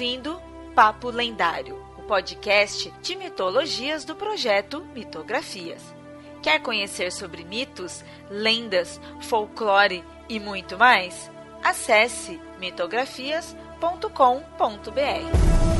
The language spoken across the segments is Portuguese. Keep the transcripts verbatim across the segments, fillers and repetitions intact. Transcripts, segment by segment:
ouvindo Papo Lendário, o podcast de mitologias do projeto Mitografias. Quer conhecer sobre mitos, lendas, folclore e muito mais? Acesse mitografias ponto com ponto b r.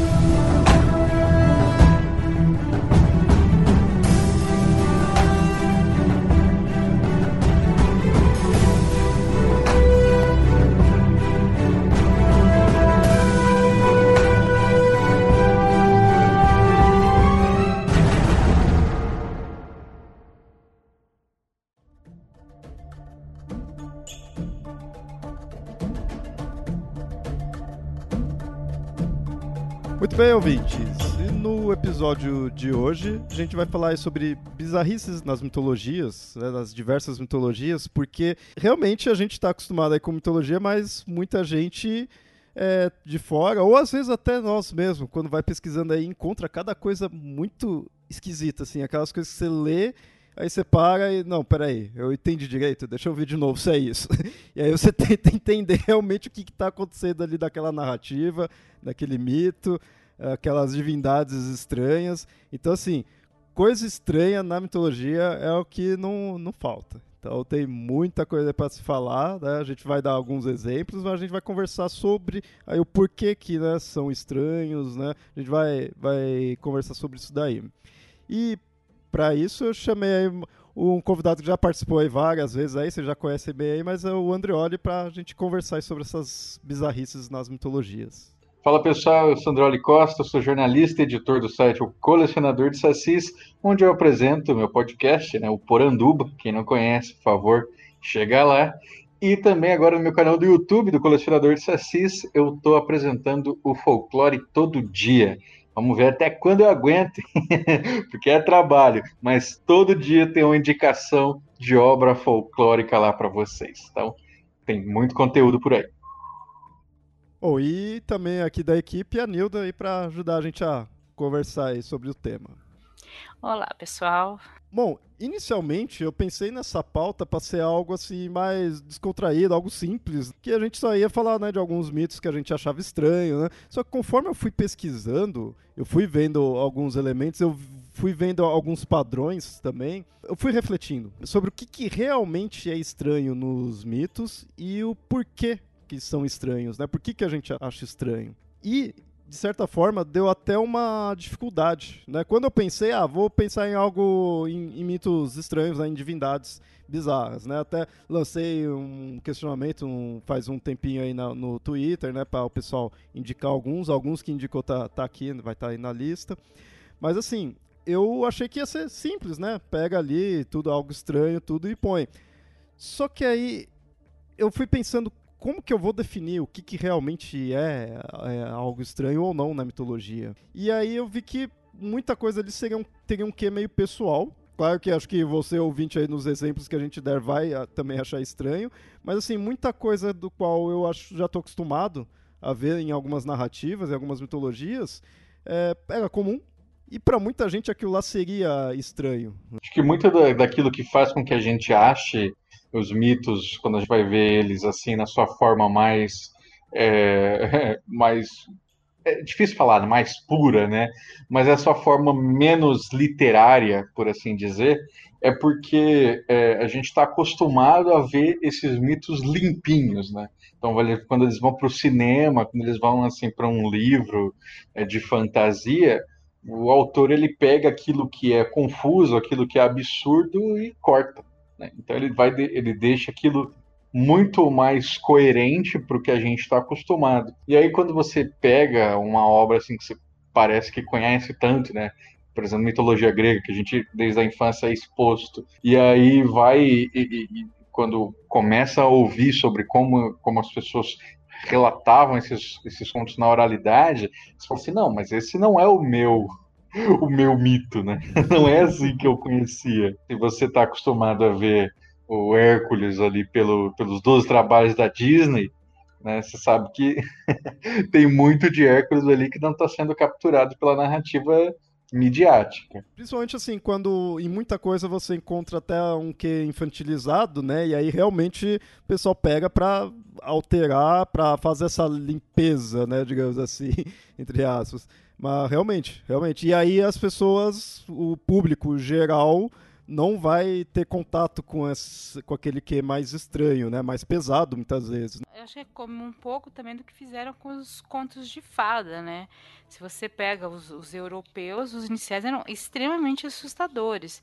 Muito bem, ouvintes. E no episódio de hoje, a gente vai falar sobre bizarrices nas mitologias, né, nas diversas mitologias, porque realmente a gente está acostumado aí com mitologia, mas muita gente é, de fora, ou às vezes até nós mesmos, quando vai pesquisando aí, encontra cada coisa muito esquisita, assim, aquelas coisas que você lê, aí você para e, não, peraí, eu entendi direito, deixa eu ver de novo se é isso. E aí você tenta entender realmente o que está acontecendo ali daquela narrativa, daquele mito, aquelas divindades estranhas. Então, assim, coisa estranha na mitologia é o que não, não falta. Então, tem muita coisa para se falar, né? A gente vai dar alguns exemplos, mas a gente vai conversar sobre aí, o porquê que, né, são estranhos, né? A gente vai, vai conversar sobre isso daí. E para isso eu chamei aí um convidado que já participou aí várias vezes, aí, você já conhece bem aí, mas é o Andreoli, para a gente conversar sobre essas bizarrices nas mitologias. Fala pessoal, eu sou Andreoli Costa, sou jornalista e editor do site O Colecionador de Sacis, onde eu apresento meu podcast, né, o Poranduba. Quem não conhece, por favor, chega lá. E também agora no meu canal do YouTube do Colecionador de Sacis, eu estou apresentando o Folclore todo dia. Vamos ver até quando eu aguento, porque é trabalho, mas todo dia tem uma indicação de obra folclórica lá para vocês. Então, tem muito conteúdo por aí. Oh, e também aqui da equipe a Nilda aí para ajudar a gente a conversar aí sobre o tema. Olá, pessoal. Bom, inicialmente eu pensei nessa pauta para ser algo assim mais descontraído, algo simples, que a gente só ia falar, né, de alguns mitos que a gente achava estranho, né? Só que conforme eu fui pesquisando, eu fui vendo alguns elementos, eu fui vendo alguns padrões também, eu fui refletindo sobre o que, que realmente é estranho nos mitos e o porquê que são estranhos, né? Por que, que a gente acha estranho? E, de certa forma, deu até uma dificuldade, né? Quando eu pensei, ah, vou pensar em algo, em, em mitos estranhos, né? Em divindades bizarras, né? Até lancei um questionamento um, faz um tempinho aí na, no Twitter, né? Para o pessoal indicar alguns, alguns que indicou tá, tá aqui, vai estar tá aí na lista. Mas, assim, eu achei que ia ser simples, né? Pega ali, tudo, algo estranho, tudo e põe. Só que aí eu fui pensando, como que eu vou definir o que, que realmente é, é algo estranho ou não na mitologia? E aí eu vi que muita coisa ali seria um, teria um quê meio pessoal. Claro que acho que você, ouvinte aí nos exemplos que a gente der, vai a, também achar estranho. Mas assim, muita coisa do qual eu acho, já estou acostumado a ver em algumas narrativas, em algumas mitologias, é, era comum. E para muita gente aquilo lá seria estranho. Acho que muito da, daquilo que faz com que a gente ache os mitos, quando a gente vai ver eles assim na sua forma mais, é, mais é difícil falar, mais pura, né? Mas essa forma menos literária, por assim dizer, é porque é, a gente está acostumado a ver esses mitos limpinhos, né? Então, quando eles vão para o cinema, quando eles vão assim para um livro é, de fantasia, o autor ele pega aquilo que é confuso, aquilo que é absurdo e corta, né? Então ele vai, ele deixa aquilo muito mais coerente para o que a gente está acostumado. E aí quando você pega uma obra assim que você parece que conhece tanto, né? Por exemplo, mitologia grega, que a gente desde a infância é exposto, e aí vai e, e, e quando começa a ouvir sobre como, como as pessoas relatavam esses, esses contos na oralidade, você fala assim, não, mas esse não é o meu o meu mito, né? Não é assim que eu conhecia. Se você está acostumado a ver o Hércules ali pelo, pelos doze trabalhos da Disney, né? Você sabe que tem muito de Hércules ali que não está sendo capturado pela narrativa midiática. Principalmente assim, quando em muita coisa você encontra até um quê infantilizado, né? E aí realmente o pessoal pega pra alterar, pra fazer essa limpeza, né? Digamos assim, entre aspas. Mas realmente, realmente. E aí as pessoas, o público geral, não vai ter contato com, esse, com aquele que é mais estranho, né? Mais pesado, muitas vezes. Eu acho que é como um pouco também do que fizeram com os contos de fada, né? Se você pega os, os europeus, os iniciais eram extremamente assustadores.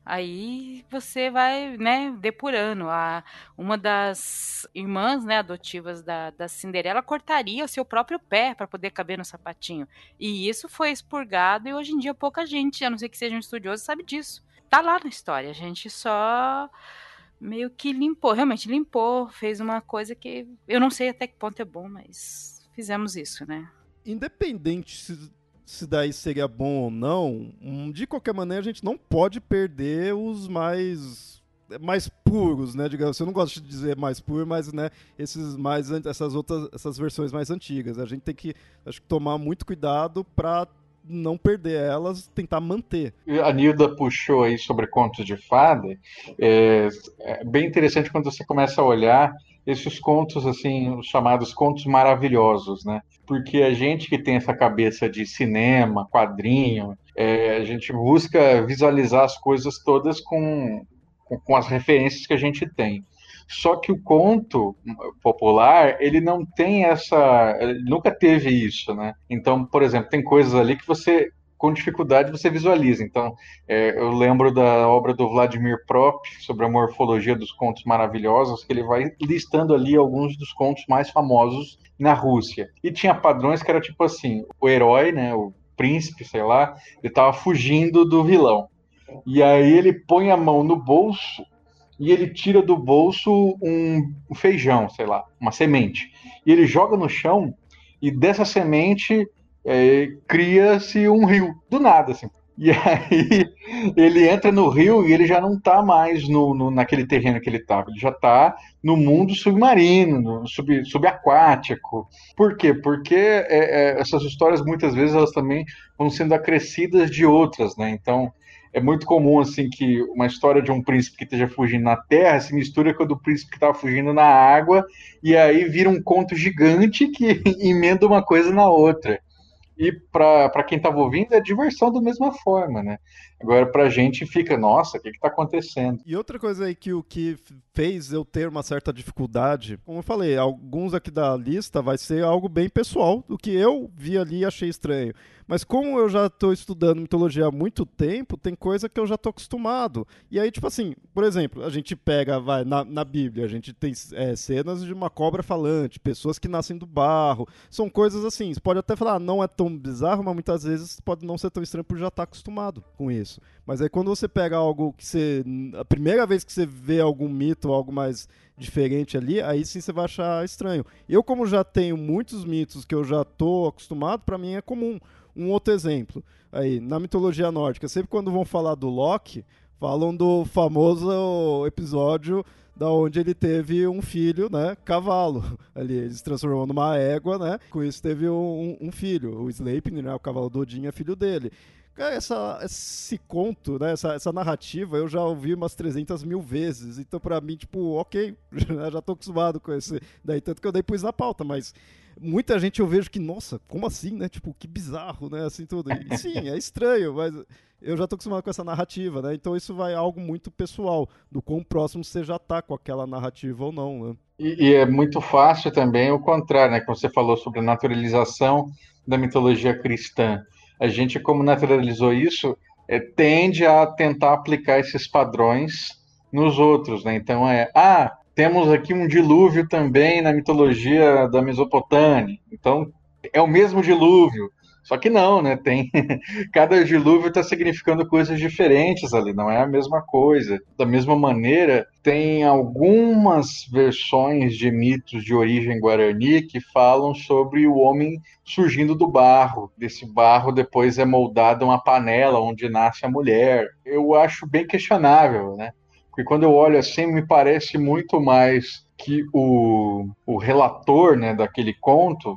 Aí você vai, né, depurando. A, uma das irmãs, né, adotivas da, da Cinderela cortaria o seu próprio pé para poder caber no sapatinho. E isso foi expurgado e hoje em dia pouca gente, a não ser que seja um estudioso, sabe disso. Tá lá na história, a gente só meio que limpou, realmente limpou, fez uma coisa que eu não sei até que ponto é bom, mas fizemos isso, né? Independente se, se daí seria bom ou não, hum, de qualquer maneira a gente não pode perder os mais mais puros, né, digamos. Eu não gosto de dizer mais puro, mas né, esses mais essas outras essas versões mais antigas. A gente tem que acho que tomar muito cuidado para não perder elas, tentar manter. A Nilda puxou aí sobre contos de fada. É, é bem interessante quando você começa a olhar esses contos, assim, os chamados contos maravilhosos, né? Porque a gente que tem essa cabeça de cinema, quadrinho, é, a gente busca visualizar as coisas todas com, com, com as referências que a gente tem. Só que o conto popular, ele não tem essa. Ele nunca teve isso, né? Então, por exemplo, tem coisas ali que você, com dificuldade, você visualiza. Então, é, eu lembro da obra do Vladimir Prop sobre a morfologia dos contos maravilhosos, que ele vai listando ali alguns dos contos mais famosos na Rússia. E tinha padrões que era tipo assim: o herói, né? O príncipe, sei lá, ele estava fugindo do vilão. E aí ele põe a mão no bolso e ele tira do bolso um feijão, sei lá, uma semente. E ele joga no chão e dessa semente é, cria-se um rio, do nada, assim. E aí ele entra no rio e ele já não está mais no, no, naquele terreno que ele estava, ele já está no mundo submarino, no sub, subaquático. Por quê? Porque é, é, essas histórias muitas vezes elas também vão sendo acrescidas de outras, né? Então é muito comum assim que uma história de um príncipe que esteja fugindo na terra se mistura com a do príncipe que estava fugindo na água e aí vira um conto gigante que emenda uma coisa na outra. E para quem estava ouvindo é diversão da mesma forma, né? Agora para a gente fica, nossa, o que está acontecendo? E outra coisa aí que o que fez eu ter uma certa dificuldade, como eu falei, alguns aqui da lista vai ser algo bem pessoal, do que eu vi ali e achei estranho. Mas como eu já estou estudando mitologia há muito tempo, tem coisa que eu já estou acostumado. E aí, tipo assim, por exemplo, a gente pega, vai, na, na Bíblia, a gente tem é, cenas de uma cobra falante, pessoas que nascem do barro. São coisas assim, você pode até falar, ah, não é tão bizarro, mas muitas vezes pode não ser tão estranho por já estar acostumado com isso. Mas aí quando você pega algo que você... A primeira vez que você vê algum mito, algo mais diferente ali, aí sim você vai achar estranho. Eu, como já tenho muitos mitos que eu já estou acostumado, para mim é comum. Um outro exemplo, aí, na mitologia nórdica, sempre quando vão falar do Loki, falam do famoso episódio da onde ele teve um filho, né, cavalo. Ali, ele se transformou numa égua, né, com isso teve um, um filho. O Sleipnir, né, o cavalo do Odin, é filho dele. Essa, esse conto, né, essa, essa narrativa, eu já ouvi umas trezentas mil vezes. Então, pra mim, tipo, ok, já tô acostumado com esse daí. Tanto que eu dei pus na pauta, mas muita gente eu vejo que, nossa, como assim, né? Tipo, que bizarro, né? Assim, tudo. E, sim, é estranho, mas eu já tô acostumado com essa narrativa, né? Então isso vai algo muito pessoal, do quão próximo você já tá com aquela narrativa ou não, né? E, e é muito fácil também o contrário, né? Como você falou sobre a naturalização da mitologia cristã. A gente, como naturalizou isso, é, tende a tentar aplicar esses padrões nos outros, né? Então é, ah, temos aqui um dilúvio também na mitologia da Mesopotâmia. Então é o mesmo dilúvio. Só que não, né? Tem cada dilúvio está significando coisas diferentes ali, não é a mesma coisa. Da mesma maneira, tem algumas versões de mitos de origem guarani que falam sobre o homem surgindo do barro. Desse barro depois é moldada uma panela onde nasce a mulher. Eu acho bem questionável, né? Porque quando eu olho assim, me parece muito mais que o, o relator, né, daquele conto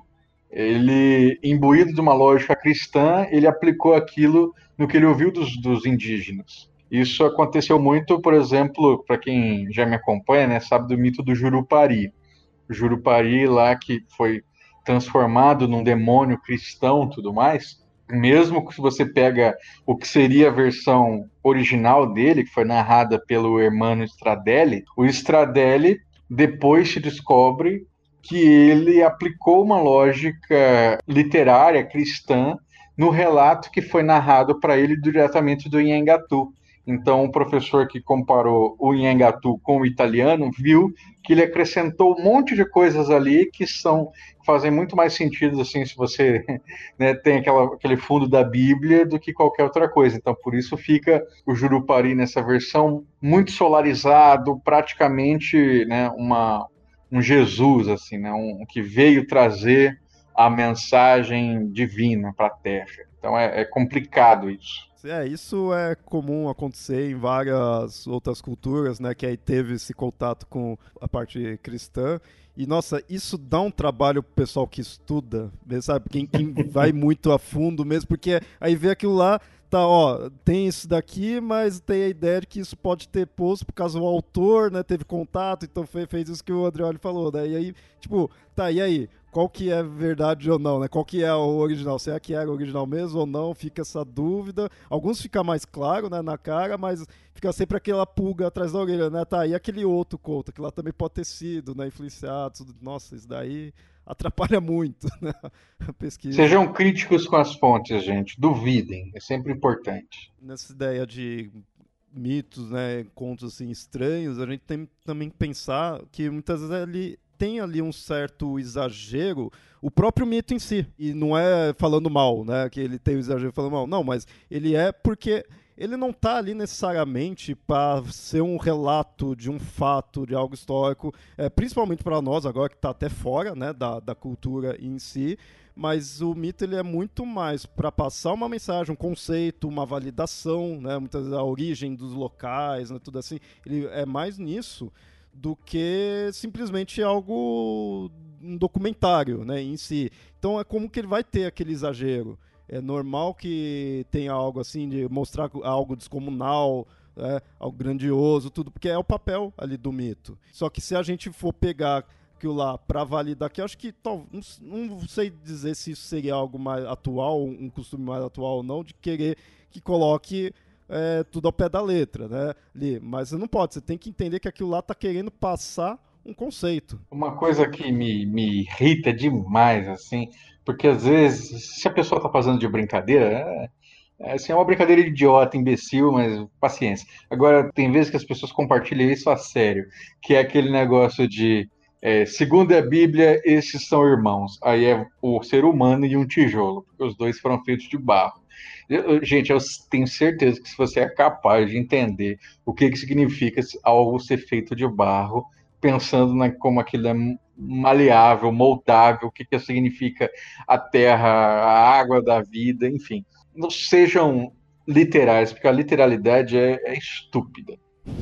ele, imbuído de uma lógica cristã, ele aplicou aquilo no que ele ouviu dos, dos indígenas. Isso aconteceu muito, por exemplo, para quem já me acompanha, né, sabe do mito do Jurupari. O Jurupari lá que foi transformado num demônio cristão e tudo mais, mesmo que você pega o que seria a versão original dele, que foi narrada pelo Hermano Stradelli, o Stradelli depois se descobre que ele aplicou uma lógica literária cristã no relato que foi narrado para ele diretamente do Nhengatu. Então, o professor que comparou o Nhengatu com o italiano viu que ele acrescentou um monte de coisas ali que são fazem muito mais sentido assim se você, né, tem aquela, aquele fundo da Bíblia do que qualquer outra coisa. Então, por isso fica o Jurupari nessa versão muito solarizado, praticamente, né, uma, um Jesus, assim, né, um, que veio trazer a mensagem divina para a Terra. Então, é, é complicado isso. É, isso é comum acontecer em várias outras culturas, né, que aí teve esse contato com a parte cristã. E, nossa, isso dá um trabalho pro pessoal que estuda, sabe? Quem, quem vai muito a fundo mesmo, porque aí vê aquilo lá, tá, ó, tem isso daqui, mas tem a ideia de que isso pode ter posto por causa do autor, né, teve contato, então fez, fez isso que o Andreoli falou, né? E aí, tipo, tá, e aí? Qual que é verdade ou não, né? Qual que é o original? Será que era o original mesmo ou não? Fica essa dúvida. Alguns fica mais claro, né, na cara, mas fica sempre aquela pulga atrás da orelha, né? Tá, e aquele outro conto, que lá também pode ter sido, né, influenciado. Tudo. Nossa, isso daí atrapalha muito, né, a pesquisa. Sejam críticos com as fontes, gente. Duvidem, é sempre importante. Nessa ideia de mitos, né, contos assim estranhos, a gente tem também que pensar que muitas vezes ele tem ali um certo exagero, o próprio mito em si, e não é falando mal, né, que ele tem o exagero falando mal, não, mas ele é porque ele não está ali necessariamente para ser um relato de um fato, de algo histórico, é, principalmente para nós agora que está até fora, né, da, da cultura em si, mas o mito ele é muito mais para passar uma mensagem, um conceito, uma validação, né, muitas vezes a origem dos locais, né, tudo assim, ele é mais nisso do que simplesmente algo, um documentário, né, em si. Então é como que ele vai ter aquele exagero. É normal que tenha algo assim, de mostrar algo descomunal, né, algo grandioso, tudo, porque é o papel ali do mito. Só que se a gente for pegar aquilo lá para validar, que eu acho que tal, não, não sei dizer se isso seria algo mais atual, um costume mais atual ou não, de querer que coloque É, tudo ao pé da letra, né, Li? Mas você não pode, você tem que entender que aquilo lá tá querendo passar um conceito. Uma coisa que me, me irrita demais, assim, porque às vezes, se a pessoa tá fazendo de brincadeira, é, é, assim, é uma brincadeira idiota, imbecil, mas paciência. Agora, tem vezes que as pessoas compartilham isso a sério, que é aquele negócio de, é, segundo a Bíblia, esses são irmãos. Aí é o ser humano e um tijolo, porque os dois foram feitos de barro. Eu, gente, eu tenho certeza que se você é capaz de entender o que, que significa algo ser feito de barro, pensando na, como aquilo é maleável, moldável, o que, que significa a terra, a água da vida, enfim. Não sejam literais, porque a literalidade é, é estúpida.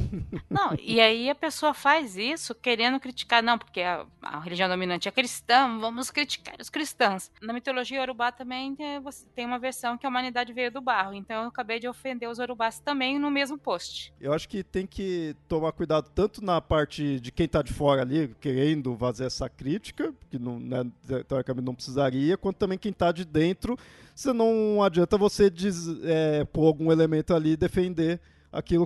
Não, e aí a pessoa faz isso querendo criticar, não, porque a, a religião dominante é cristã, vamos criticar os cristãos. Na mitologia Yorubá também é, você tem uma versão que a humanidade veio do barro, então eu acabei de ofender os Yorubás também no mesmo post. Eu acho que tem que tomar cuidado tanto na parte de quem tá de fora ali, querendo fazer essa crítica, que não, né, teoricamente não precisaria, quanto também quem tá de dentro, se não adianta você diz, é, pôr algum elemento ali e defender aquilo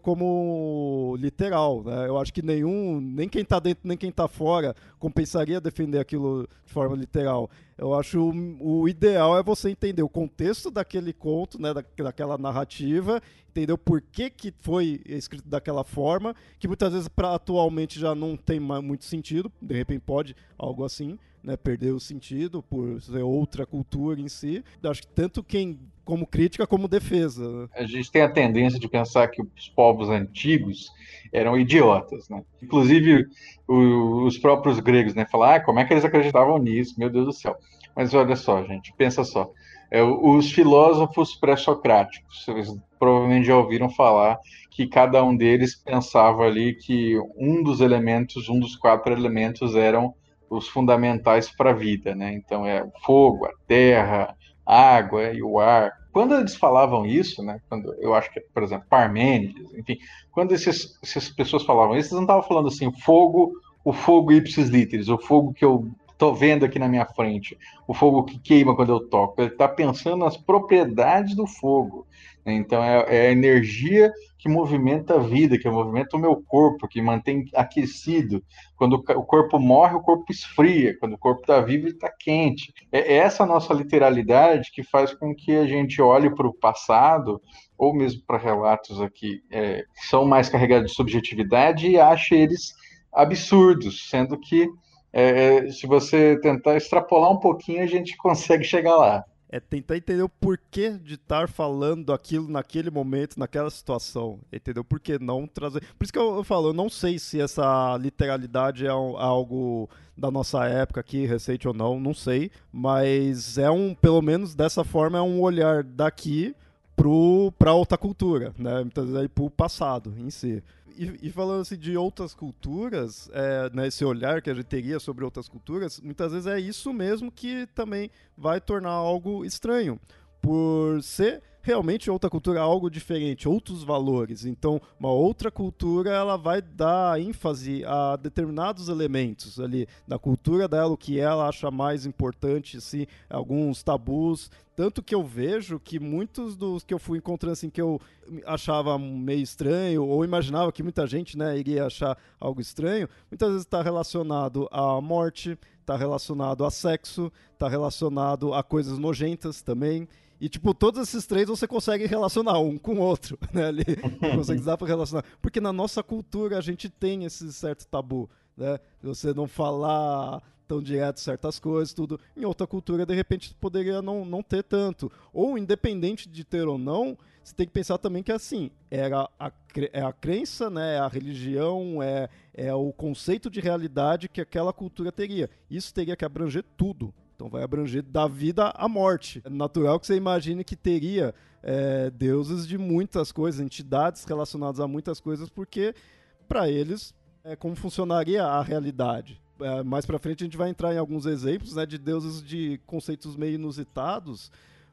como literal, né? Eu acho que nenhum, nem quem está dentro, nem quem está fora, compensaria defender aquilo de forma literal. Eu acho o, o ideal é você entender o contexto daquele conto, né, da, daquela narrativa, entender o porquê que foi escrito daquela forma, que muitas vezes pra, atualmente já não tem mais muito sentido, de repente pode algo assim, né, perder o sentido por ser outra cultura em si. Eu acho que tanto quem como crítica como defesa, né? A gente tem a tendência de pensar que os povos antigos eram idiotas, né? Inclusive o, os próprios gregos, né? Falar, ah, como é que eles acreditavam nisso? Meu Deus do céu. Mas olha só, gente, pensa só. É, os filósofos pré-socráticos, vocês provavelmente já ouviram falar que cada um deles pensava ali que um dos elementos, um dos quatro elementos eram os fundamentais para a vida, né? Então é o fogo, a terra, a água e o ar. Quando eles falavam isso, né? Quando eu acho que, por exemplo, Parmênides, enfim, quando esses, essas pessoas falavam isso, eles não estavam falando assim, o fogo, o fogo ipsis literis, o fogo que eu estou vendo aqui na minha frente, o fogo que queima quando eu toco. Ele está pensando nas propriedades do fogo. Né? Então é, é a energia que movimenta a vida, que movimenta o meu corpo, que mantém aquecido. Quando o corpo morre, o corpo esfria. Quando o corpo está vivo, ele está quente. É essa nossa literalidade que faz com que a gente olhe para o passado, ou mesmo para relatos aqui é, que são mais carregados de subjetividade e ache eles absurdos, sendo que é, se você tentar extrapolar um pouquinho, a gente consegue chegar lá. É tentar entender o porquê de estar falando aquilo naquele momento, naquela situação, entendeu? Por que não trazer... Por isso que eu, eu falo, eu não sei se essa literalidade é um, algo da nossa época aqui, recente ou não, não sei, mas é um, pelo menos dessa forma, é um olhar daqui para outra cultura, né? Muitas vezes para o passado em si. E, e falando assim de outras culturas, é, né, esse olhar que a gente teria sobre outras culturas, muitas vezes é isso mesmo que também vai tornar algo estranho, por ser realmente outra cultura algo diferente, outros valores. Então, uma outra cultura ela vai dar ênfase a determinados elementos ali da cultura dela, o que ela acha mais importante, assim, alguns tabus. Tanto que eu vejo que muitos dos que eu fui encontrando, assim, que eu achava meio estranho, ou imaginava que muita gente, né, iria achar algo estranho, muitas vezes está relacionado à morte, está relacionado a sexo, está relacionado a coisas nojentas também. E, tipo, todos esses três você consegue relacionar um com o outro, né? Ali, consegue dar para relacionar. Porque na nossa cultura a gente tem esse certo tabu, né? Você não falar tão direto certas coisas, tudo. Em outra cultura, de repente, poderia não, não ter tanto. Ou, independente de ter ou não, você tem que pensar também que, assim, era a, é a crença, né? É a religião, é, é o conceito de realidade que aquela cultura teria. Isso teria que abranger tudo. Então vai abranger da vida à morte. É natural que você imagine que teria é, deuses de muitas coisas, entidades relacionadas a muitas coisas, porque para eles é como funcionaria a realidade. É, mais para frente a gente vai entrar em alguns exemplos, né, de deuses de conceitos meio inusitados,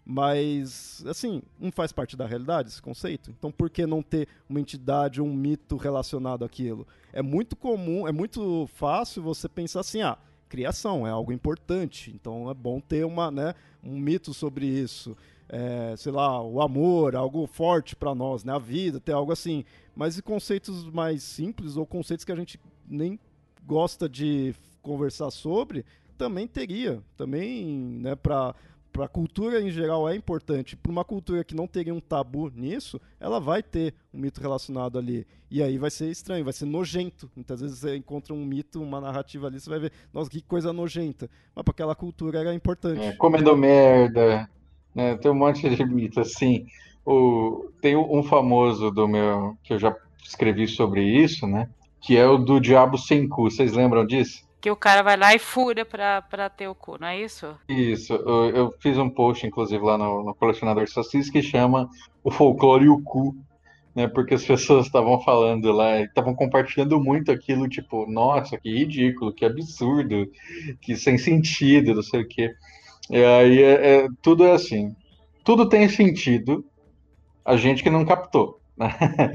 mas assim, não faz parte da realidade esse conceito. Então por que não ter uma entidade, um mito relacionado àquilo? É muito comum, é muito fácil você pensar assim, ah, criação é algo importante, então é bom ter uma, né, um mito sobre isso, é, sei lá, o amor, algo forte para nós, né, a vida, ter algo assim, mas e conceitos mais simples ou conceitos que a gente nem gosta de conversar sobre, também teria, também, né, para para a cultura em geral é importante. Para uma cultura que não teria um tabu nisso, ela vai ter um mito relacionado ali. E aí vai ser estranho, vai ser nojento. Muitas vezes você encontra um mito, uma narrativa ali, você vai ver, nossa, que coisa nojenta. Mas para aquela cultura era importante. É, comendo merda, né? Tem um monte de mito assim. O, tem um famoso do meu que eu já escrevi sobre isso, né? Que é o do diabo sem cu. Vocês lembram disso? Que o cara vai lá e fura pra, pra ter o cu, não é isso? Isso, eu, eu fiz um post, inclusive, lá no, no Colecionador de Sacis, que chama O Folclore e o Cu, né? Porque as pessoas estavam falando lá, estavam compartilhando muito aquilo, tipo, nossa, que ridículo, que absurdo, que sem sentido, não sei o quê. E aí, é, é, tudo é assim, tudo tem sentido, a gente que não captou, né?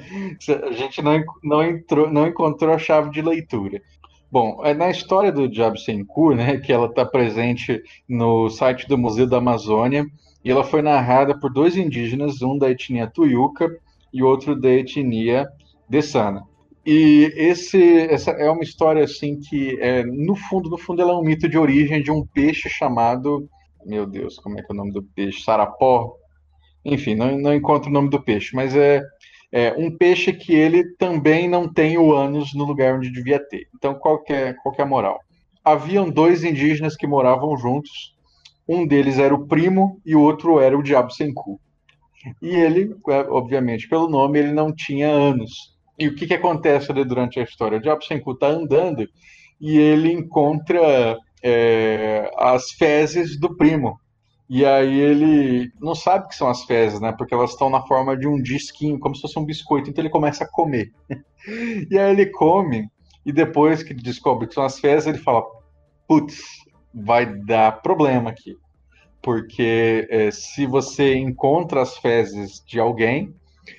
A gente não, não, entrou, não encontrou a chave de leitura. Bom, é na história do Diabo Sem Cu, né, que ela está presente no site do Museu da Amazônia, e ela foi narrada por dois indígenas, um da etnia Tuiuca e outro da etnia Dessana. E esse, essa é uma história assim que, é, no fundo, no fundo, ela é um mito de origem de um peixe chamado, meu Deus, como é que é o nome do peixe? Sarapó? Enfim, não, não encontro o nome do peixe, mas é É um peixe que ele também não tem o ânus no lugar onde devia ter. Então, qual que é, qual que é a moral? Haviam dois indígenas que moravam juntos. Um deles era o primo e o outro era o diabo sem cu. E ele, obviamente, pelo nome, ele não tinha ânus. E o que, que acontece ali durante a história? O diabo sem cu está andando e ele encontra é, as fezes do primo. E aí ele não sabe que são as fezes, né? Porque elas estão na forma de um disquinho, como se fosse um biscoito. Então ele começa a comer. E aí ele come, e depois que ele descobre que são as fezes, ele fala: putz, vai dar problema aqui. Porque é, se você encontra as fezes de alguém,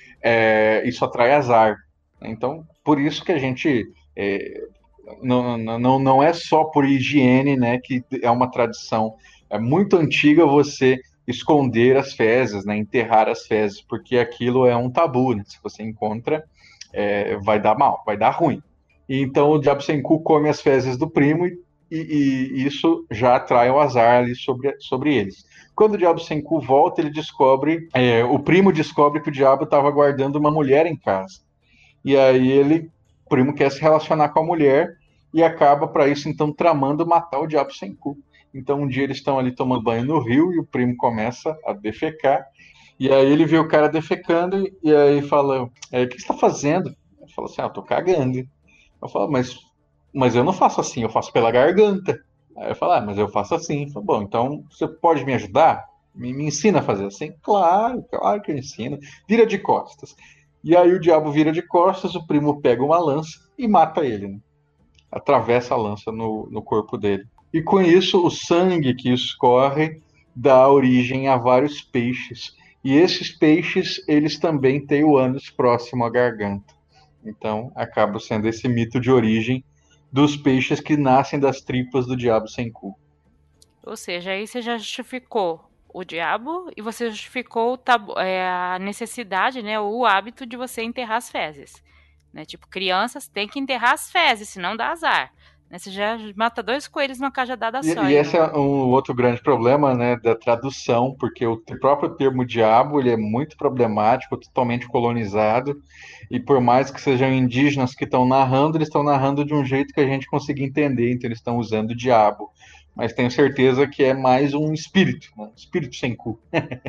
é, isso atrai azar. Então, por isso que a gente... É, não, não, não é só por higiene, né, que é uma tradição é muito antiga você esconder as fezes, né, enterrar as fezes, porque aquilo é um tabu, né? Se você encontra, é, vai dar mal, vai dar ruim. E então o diabo sem cu come as fezes do primo e, e, e isso já atrai o azar ali sobre, sobre eles. Quando o diabo sem cu volta, ele descobre, é, o primo descobre que o diabo estava guardando uma mulher em casa. E aí ele, o primo quer se relacionar com a mulher e acaba, para isso, então, tramando matar o diabo sem cu. Então, um dia eles estão ali tomando banho no rio e o primo começa a defecar. E aí ele vê o cara defecando e aí fala, é, o que você está fazendo? Ele fala assim, ah, eu tô cagando. Eu falo, mas, mas eu não faço assim, eu faço pela garganta. Aí eu falo, ah, mas eu faço assim. Eu falo, bom, então você pode me ajudar? Me, me ensina a fazer assim? Claro, claro que eu ensino. Vira de costas. E aí o diabo vira de costas, o primo pega uma lança e mata ele, né? Atravessa a lança no, no corpo dele. E com isso, o sangue que escorre dá origem a vários peixes. E esses peixes, eles também têm o ânus próximo à garganta. Então, acaba sendo esse mito de origem dos peixes que nascem das tripas do diabo sem cu. Ou seja, aí você já justificou o diabo e você justificou o tabu, é, a necessidade, né, o hábito de você enterrar as fezes. Né? Tipo, crianças têm que enterrar as fezes, senão dá azar. Né? Você já mata dois coelhos numa cajadada E, só. e aí, esse não? é um outro grande problema, né, da tradução, porque o próprio termo diabo ele é muito problemático, totalmente colonizado, e por mais que sejam indígenas que estão narrando, eles estão narrando de um jeito que a gente consiga entender, então eles estão usando diabo. Mas tenho certeza que é mais um espírito, né? Um espírito sem cu.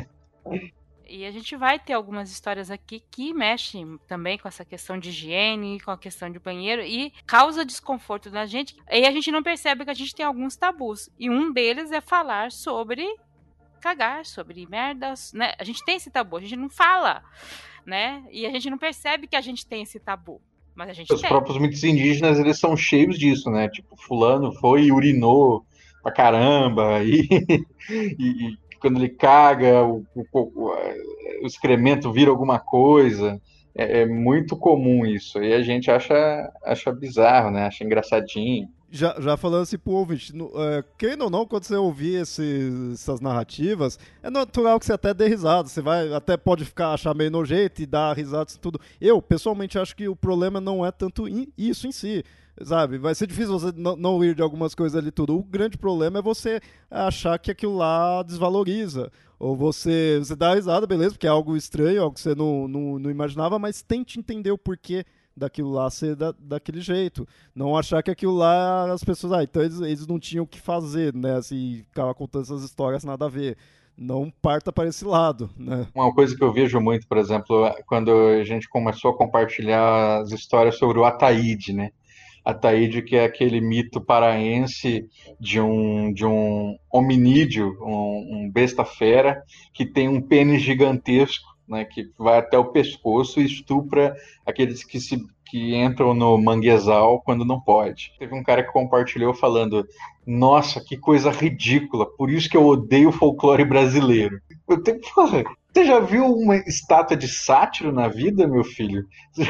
E a gente vai ter algumas histórias aqui que mexem também com essa questão de higiene, com a questão de banheiro e causa desconforto na gente. E a gente não percebe que a gente tem alguns tabus. E um deles é falar sobre cagar, sobre merdas, né? A gente tem esse tabu, a gente não fala, né? E a gente não percebe que a gente tem esse tabu. Mas a gente Os tem. próprios mitos indígenas, eles são cheios disso, né? Tipo, fulano foi e urinou pra caramba, e, e, e quando ele caga, o, o, o, o excremento vira alguma coisa. É, é muito comum isso. E a gente acha, acha bizarro, né? Acha engraçadinho. Já, já falando assim pro ouvinte, no, é, querendo ou não, quando você ouvir esses, essas narrativas, é natural que você até dê risada. Você vai, até pode ficar, achar meio nojento e dar risada e tudo. Eu, pessoalmente, acho que o problema não é tanto in, isso em si. Sabe, vai ser difícil você não, não ir de algumas coisas ali tudo. O grande problema é você achar que aquilo lá desvaloriza. Ou você, você dá risada, beleza, porque é algo estranho, algo que você não, não, não imaginava, mas tente entender o porquê daquilo lá ser da, daquele jeito. Não achar que aquilo lá as pessoas. Ah, então eles, eles não tinham o que fazer, né? Assim, ficava contando essas histórias, nada a ver. Não parta para esse lado, né? Uma coisa que eu vejo muito, por exemplo, quando a gente começou a compartilhar as histórias sobre o Ataíde, né? Ataíde, que é aquele mito paraense de um, de um hominídeo, um, um besta-fera, que tem um pênis gigantesco, né, que vai até o pescoço e estupra aqueles que, se, que entram no manguezal quando não pode. Teve um cara que compartilhou falando, nossa, que coisa ridícula, por isso que eu odeio o folclore brasileiro. Eu tenho, porra, você já viu uma estátua de sátiro na vida, meu filho?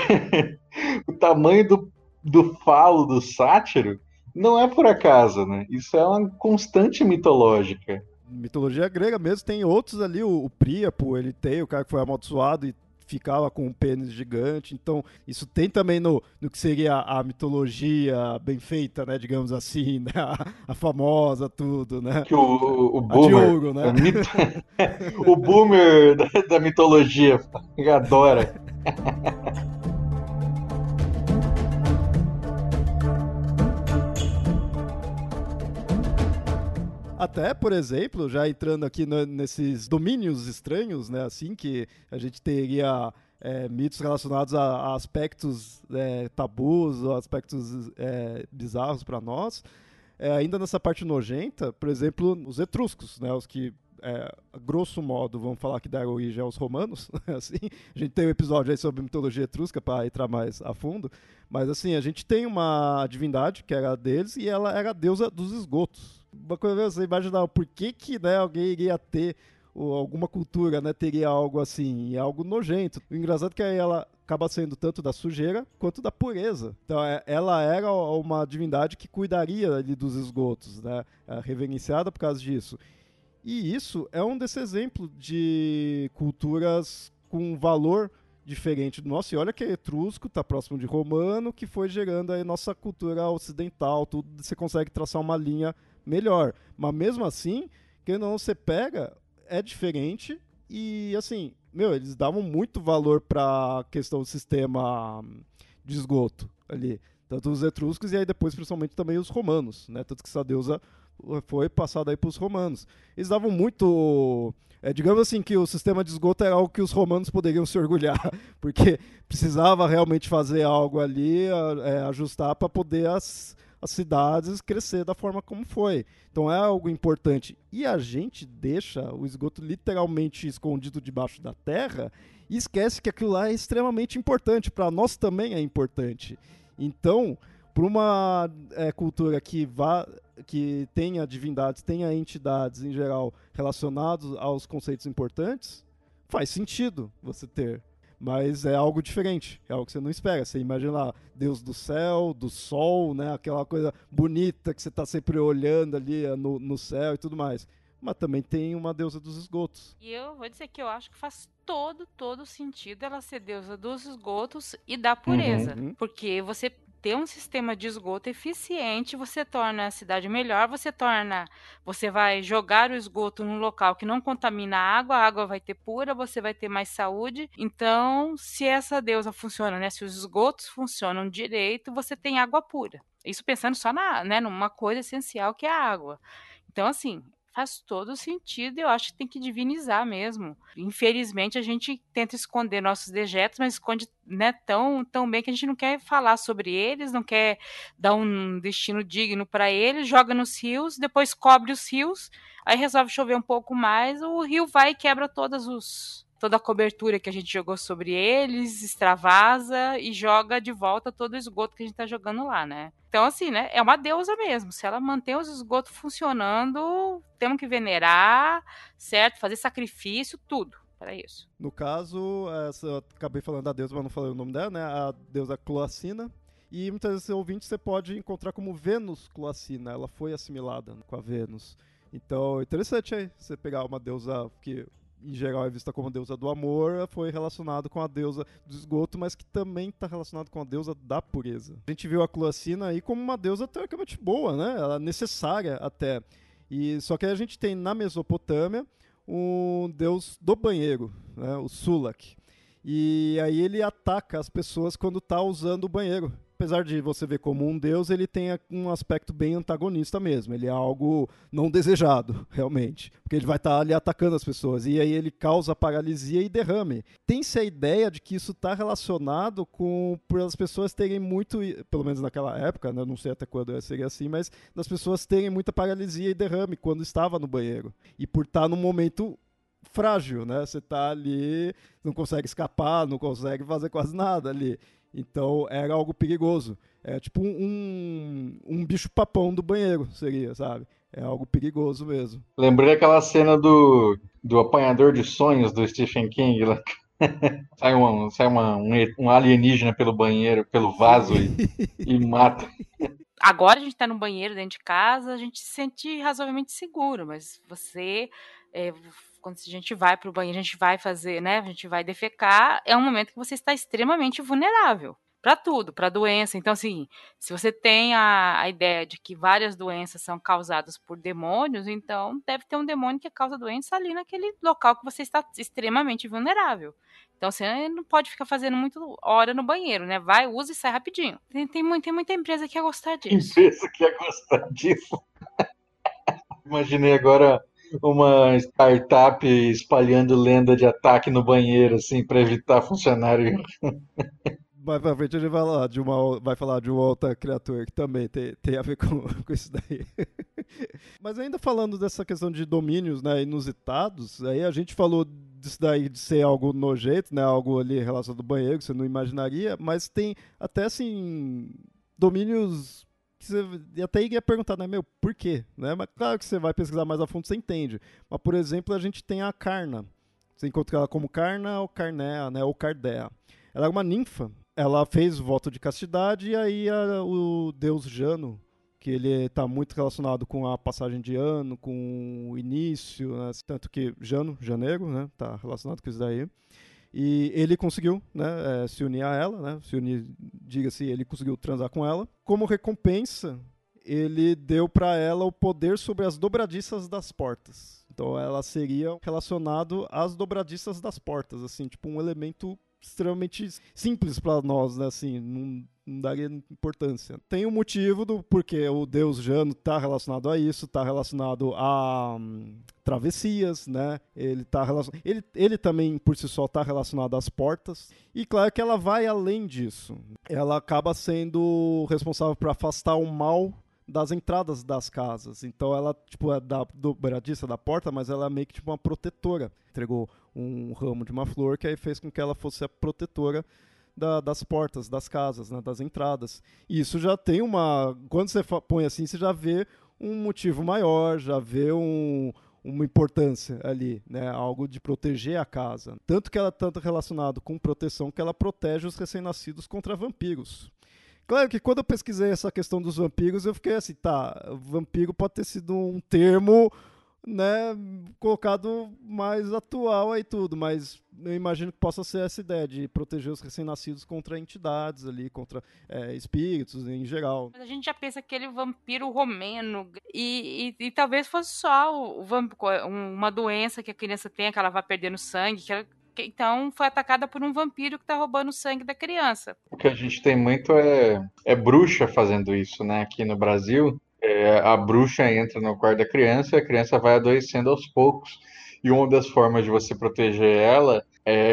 O tamanho do do falo do sátiro não é por acaso, né? Isso é uma constante mitológica. Mitologia grega mesmo, tem outros ali, o, o Príapo, ele tem, o cara que foi amaldiçoado e ficava com um pênis gigante, então isso tem também no, no que seria a mitologia bem feita, né, digamos assim, né? a, a famosa, tudo, né? Que o, o, o a boomer, Diogo, né? Mito... o boomer da, da mitologia, adora. Até, por exemplo, já entrando aqui no, nesses domínios estranhos, né, assim, que a gente teria é, mitos relacionados a, a aspectos é, tabus, ou aspectos é, bizarros para nós. É, ainda nessa parte nojenta, por exemplo, os etruscos, né, os que é, grosso modo, vamos falar que deram origem aos romanos, assim, a gente tem um episódio aí sobre mitologia etrusca para entrar mais a fundo, mas assim, a gente tem uma divindade que era deles e ela era a deusa dos esgotos. Uma coisa você imaginar por que que, né, alguém iria ter, ou alguma cultura, né, teria algo assim, algo nojento. O engraçado é que aí ela acaba sendo tanto da sujeira quanto da pureza. Então, é, ela era uma divindade que cuidaria ali dos esgotos, né, reverenciada por causa disso. E isso é um desses exemplos de culturas com valor diferente do nosso. E olha que é etrusco, está próximo de romano, que foi gerando aí nossa cultura ocidental, tudo, você consegue traçar uma linha melhor. Mas mesmo assim, quando não você pega, é diferente e, assim, meu, eles davam muito valor para a questão do sistema de esgoto ali. Tanto os etruscos e aí depois, principalmente, também os romanos, né? Tanto que essa deusa foi passada aí para os romanos. Eles davam muito... É, digamos assim, que o sistema de esgoto era algo que os romanos poderiam se orgulhar, porque precisava realmente fazer algo ali, é, ajustar para poder as, as cidades crescer da forma como foi. Então é algo importante. E a gente deixa o esgoto literalmente escondido debaixo da terra e esquece que aquilo lá é extremamente importante. Para nós também é importante. Então, para uma é, cultura que vá... que tenha divindades, tenha entidades em geral relacionadas aos conceitos importantes, faz sentido você ter. Mas é algo diferente, é algo que você não espera. Você imagina lá, Deus do céu, do sol, né? Aquela coisa bonita que você está sempre olhando ali no, no céu e tudo mais. Mas também tem uma deusa dos esgotos. E eu vou dizer que eu acho que faz todo, todo sentido ela ser deusa dos esgotos e da pureza. Uhum. Porque você ter um sistema de esgoto eficiente, você torna a cidade melhor, você torna, você vai jogar o esgoto num local que não contamina a água, a água vai ter pura, você vai ter mais saúde. Então, se essa deusa funciona, né, se os esgotos funcionam direito, você tem água pura. Isso pensando só na, né, numa coisa essencial que é a água. Então, assim, faz todo sentido e eu acho que tem que divinizar mesmo. Infelizmente, a gente tenta esconder nossos dejetos, mas esconde, né, tão, tão bem que a gente não quer falar sobre eles, não quer dar um destino digno para eles, joga nos rios, depois cobre os rios, aí resolve chover um pouco mais, o rio vai e quebra todas os... toda a cobertura que a gente jogou sobre eles, extravasa e joga de volta todo o esgoto que a gente tá jogando lá, né? Então, assim, né? É uma deusa mesmo. Se ela mantém os esgotos funcionando, temos que venerar, certo? Fazer sacrifício, tudo para isso. No caso, essa, eu acabei falando da deusa, mas não falei o nome dela, né? A deusa Cloacina. E muitas vezes, ouvintes, você pode encontrar como Vênus Cloacina. Ela foi assimilada com a Vênus. Então, interessante aí você pegar uma deusa que... em geral é vista como a deusa do amor, foi relacionado com a deusa do esgoto, mas que também está relacionado com a deusa da pureza. A gente viu a Cloacina aí como uma deusa teoricamente boa, né? Ela é necessária até. E, só que a gente tem na Mesopotâmia um deus do banheiro, né? O Sulak. E aí ele ataca as pessoas quando está usando o banheiro. Apesar de você ver como um deus, ele tem um aspecto bem antagonista mesmo. Ele é algo não desejado, realmente. Porque ele vai estar tá ali atacando as pessoas. E aí ele causa paralisia e derrame. Tem-se a ideia de que isso está relacionado com por as pessoas terem muito, pelo menos naquela época, né? Não sei até quando seria assim, mas das pessoas terem muita paralisia e derrame quando estava no banheiro. E por estar tá num momento frágil, né? Você está ali, não consegue escapar, não consegue fazer quase nada ali. Então era algo perigoso. É tipo um, um bicho papão do banheiro, seria, sabe? É algo perigoso mesmo. Lembrei aquela cena do, do apanhador de sonhos do Stephen King. Lá. sai uma, sai uma, um, um alienígena pelo banheiro, pelo vaso e, e mata. Agora a gente tá no banheiro dentro de casa, a gente se sente razoavelmente seguro, mas você... É, quando a gente vai para o banheiro, a gente vai fazer, né? A gente vai defecar, é um momento que você está extremamente vulnerável para tudo, para doença. Então, assim, se você tem a, a ideia de que várias doenças são causadas por demônios, então deve ter um demônio que causa doença ali naquele local que você está extremamente vulnerável. Então, você não pode ficar fazendo muito hora no banheiro, né? Vai, usa e sai rapidinho. Tem, tem, muito, tem muita empresa que ia gostar disso. Empresa que ia gostar disso. Imaginei agora uma startup espalhando lenda de ataque no banheiro, assim, para evitar funcionário. Mais pra frente a gente vai falar de uma, vai falar de uma outra criatura que também tem, tem a ver com, com isso daí. Mas ainda falando dessa questão de domínios, né, inusitados, aí a gente falou disso daí de ser algo nojento, né, algo ali relacionado ao banheiro, que você não imaginaria, mas tem até, assim, domínios que você até ia perguntar, né, meu, por quê? Né? Mas claro que você vai pesquisar mais a fundo, você entende. Mas, por exemplo, a gente tem a Carna. Você encontra ela como Carna ou Carnea, né, ou Cardea. Ela é uma ninfa. Ela fez voto de castidade e aí a, o deus Jano, que ele está muito relacionado com a passagem de ano, com o início, né? Tanto que Jano, janeiro, né? Está relacionado com isso daí. E ele conseguiu, né, é, se unir a ela, né? Se unir, diga-se, ele conseguiu transar com ela. Como recompensa, ele deu para ela o poder sobre as dobradiças das portas. Então ela seria relacionado às dobradiças das portas, assim, tipo um elemento extremamente simples para nós, né? Assim, não, não daria importância. Tem um motivo do porquê o deus Jano está relacionado a isso, está relacionado a hum, travessias, né? Ele tá relacionado, ele, ele também por si só está relacionado às portas. E claro que ela vai além disso. Ela acaba sendo responsável por afastar o mal das entradas das casas. Então ela, tipo, é da dobradiça da porta, mas ela é meio que tipo uma protetora. Entregou um ramo de uma flor que aí fez com que ela fosse a protetora da, das portas, das casas, né, das entradas. E isso já tem uma... Quando você põe assim, você já vê um motivo maior, já vê um, uma importância ali, né, algo de proteger a casa. Tanto que ela é tanto relacionado com proteção que ela protege os recém-nascidos contra vampiros. Claro que quando eu pesquisei essa questão dos vampiros, eu fiquei assim, tá, vampiro pode ter sido um termo, né, colocado mais atual aí tudo, mas eu imagino que possa ser essa ideia de proteger os recém-nascidos contra entidades ali, contra é, espíritos em geral. Mas a gente já pensa aquele vampiro romeno e, e, e talvez fosse só o, o vamp, uma doença que a criança tem, que ela vai perdendo sangue, que ela, que, então foi atacada por um vampiro que está roubando o sangue da criança. O que a gente tem muito é, é bruxa fazendo isso, né? Aqui no Brasil, é, a bruxa entra no quarto da criança e a criança vai adoecendo aos poucos. E uma das formas de você proteger ela é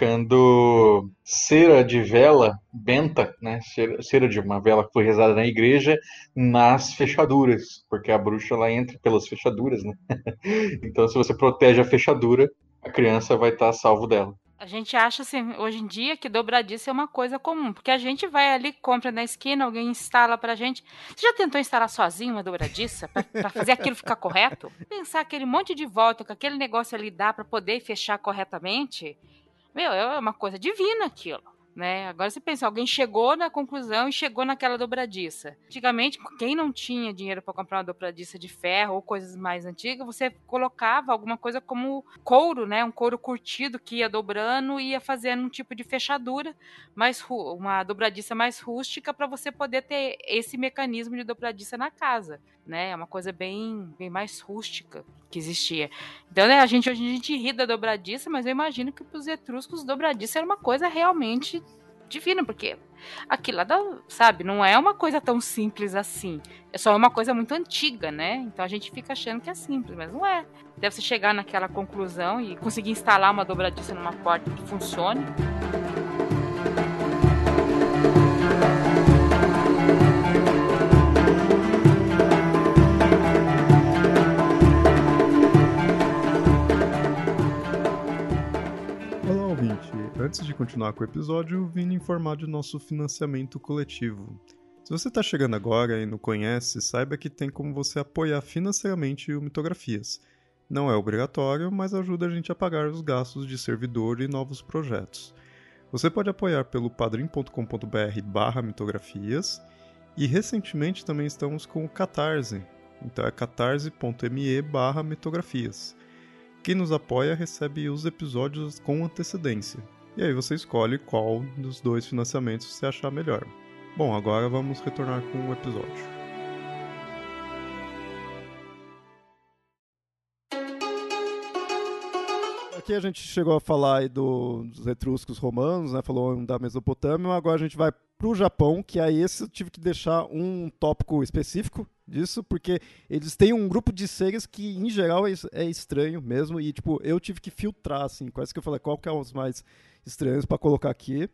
colocando cera de vela benta, né? Cera, cera de uma vela que foi rezada na igreja nas fechaduras, porque a bruxa ela entra pelas fechaduras, né? Então, se você protege a fechadura, a criança vai estar salvo dela. A gente acha, assim, hoje em dia, que dobradiça é uma coisa comum, porque a gente vai ali, compra na esquina, alguém instala pra gente. Você já tentou instalar sozinho uma dobradiça pra, pra fazer aquilo ficar correto? Pensar aquele monte de volta que aquele negócio ali dá pra poder fechar corretamente, meu, é uma coisa divina aquilo. Né? Agora você pensa, alguém chegou na conclusão e chegou naquela dobradiça. Antigamente, quem não tinha dinheiro para comprar uma dobradiça de ferro ou coisas mais antigas, você colocava alguma coisa como couro, né? Um couro curtido que ia dobrando e ia fazendo um tipo de fechadura, mais uma dobradiça mais rústica para você poder ter esse mecanismo de dobradiça na casa. Né? É uma coisa bem, bem mais rústica que existia. Então, né, a gente hoje a gente ri da dobradiça, mas eu imagino que para os etruscos dobradiça era uma coisa realmente divina, porque aquilo lá, dá, sabe, não é uma coisa tão simples assim. É só uma coisa muito antiga, né? Então a gente fica achando que é simples, mas não é. Deve se chegar naquela conclusão e conseguir instalar uma dobradiça numa porta que funcione. Antes de continuar com o episódio, vim informar de nosso financiamento coletivo. Se você está chegando agora e não conhece, saiba que tem como você apoiar financeiramente o Mitografias. Não é obrigatório, mas ajuda a gente a pagar os gastos de servidor e novos projetos. Você pode apoiar pelo padrim ponto com ponto br barra mitografias e recentemente também estamos com o Catarse, então é catarse.me barra mitografias. Quem nos apoia recebe os episódios com antecedência. E aí você escolhe qual dos dois financiamentos você achar melhor. Bom, agora vamos retornar com o episódio. Aqui a gente chegou a falar aí do, dos etruscos romanos, né? Falou da Mesopotâmia, agora a gente vai para o Japão, que aí esse eu tive que deixar um tópico específico disso, porque eles têm um grupo de seres que, em geral, é estranho mesmo, e, tipo, eu tive que filtrar, assim, quase que eu falei, qual que é os mais estranhos para colocar aqui.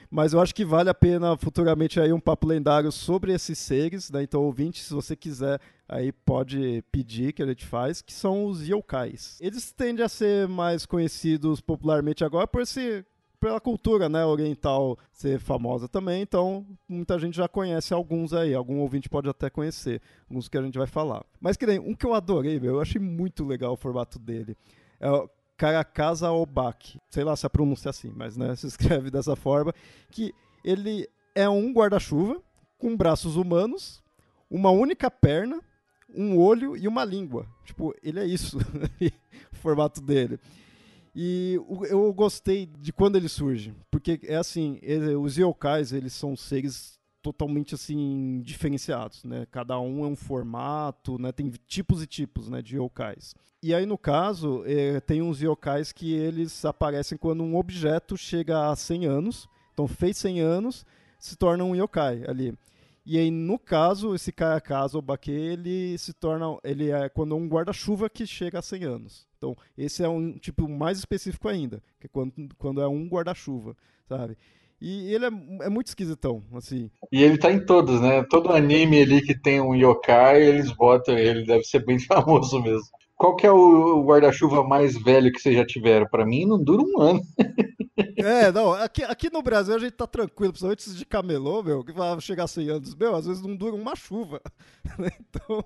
Mas eu acho que vale a pena futuramente aí um papo lendário sobre esses seres, né? Então, ouvinte, se você quiser, aí pode pedir que a gente faz, que são os yokais. Eles tendem a ser mais conhecidos popularmente agora por esse, pela cultura, né, oriental ser famosa também, então muita gente já conhece alguns aí, algum ouvinte pode até conhecer, alguns que a gente vai falar. Mas que nem um que eu adorei, meu, eu achei muito legal o formato dele. É o Caracasa Obak, sei lá se a pronúncia é assim, mas né, se escreve dessa forma, que ele é um guarda-chuva com braços humanos, uma única perna, um olho e uma língua. Tipo, ele é isso, o formato dele. E eu gostei de quando ele surge, porque é assim, ele, os yokais, eles são seres totalmente assim diferenciados, né? Cada um é um formato, né? Tem tipos e tipos, né, de yokais. E aí no caso é, tem uns yokais que eles aparecem quando um objeto chega a cem anos, então fez cem anos, se torna um yokai ali. E aí no caso esse Caracasa Obake, ele se torna, ele é quando é um guarda-chuva que chega a cem anos. Então esse é um tipo mais específico ainda, que é quando, quando é um guarda-chuva, sabe? E ele é, é muito esquisitão, assim. E ele tá em todos, né? Todo anime ali que tem um yokai, eles botam ele, deve ser bem famoso mesmo. Qual que é o guarda-chuva mais velho que vocês já tiveram? Pra mim não dura um ano. É, não, aqui, aqui no Brasil a gente tá tranquilo, principalmente esses de camelô, meu, que vai chegar a cem anos, meu, às vezes não dura uma chuva. Então...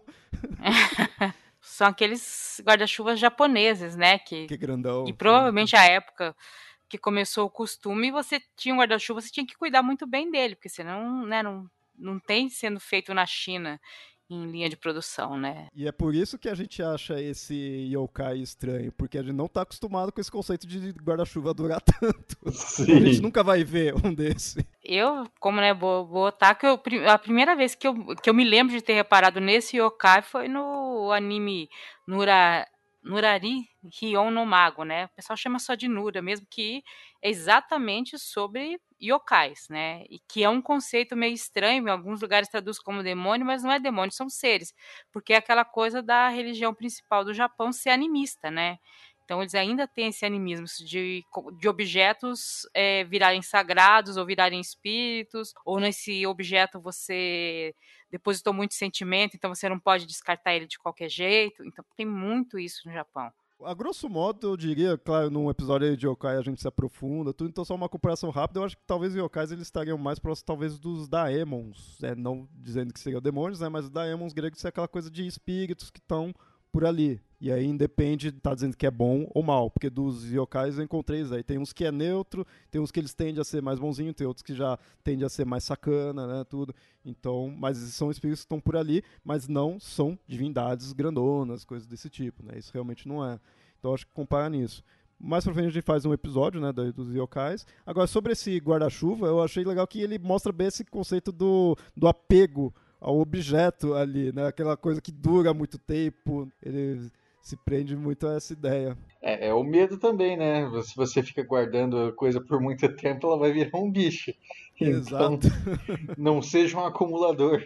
São aqueles guarda-chuvas japoneses, né? Que, que grandão. E provavelmente a época que começou o costume, você tinha um guarda-chuva, você tinha que cuidar muito bem dele, porque senão, né, não, não tem sendo feito na China em linha de produção, né? E é por isso que a gente acha esse yokai estranho, porque a gente não tá acostumado com esse conceito de guarda-chuva durar tanto. Sim. A gente nunca vai ver um desse. Eu, como né, vou botar que eu, a primeira vez que eu, que eu me lembro de ter reparado nesse yokai foi no anime Nura, Nurari Hyon no Mago, né? O pessoal chama só de Nura, mesmo que é exatamente sobre yokais, né? E que é um conceito meio estranho, em alguns lugares traduz como demônio, mas não é demônio, são seres, porque é aquela coisa da religião principal do Japão ser animista, né? Então eles ainda têm esse animismo de, de objetos é, virarem sagrados ou virarem espíritos, ou nesse objeto você depositou muito sentimento, então você não pode descartar ele de qualquer jeito. Então tem muito isso no Japão. A grosso modo, eu diria, claro, num episódio de yokai a gente se aprofunda, tudo, então só uma comparação rápida, eu acho que talvez os yokais eles estariam mais próximos talvez dos daemons, né? Não dizendo que seriam demônios, né? Mas os daemons gregos é aquela coisa de espíritos que estão por ali. E aí independe, tá dizendo que é bom ou mal, porque dos yokais eu encontrei isso aí. Tem uns que é neutro, tem uns que eles tendem a ser mais bonzinho, tem outros que já tendem a ser mais sacana, né, tudo. Então, mas são espíritos que estão por ali, mas não são divindades grandonas, coisas desse tipo, né? Isso realmente não é. Então acho que compara nisso. Mais pra frente a gente faz um episódio, né, dos yokais. Agora, sobre esse guarda-chuva, eu achei legal que ele mostra bem esse conceito do, do apego ao objeto ali, né? Aquela coisa que dura muito tempo, ele se prende muito a essa ideia. É, é o medo também, né? Se você fica guardando a coisa por muito tempo, ela vai virar um bicho. Então, exato. Não seja um acumulador.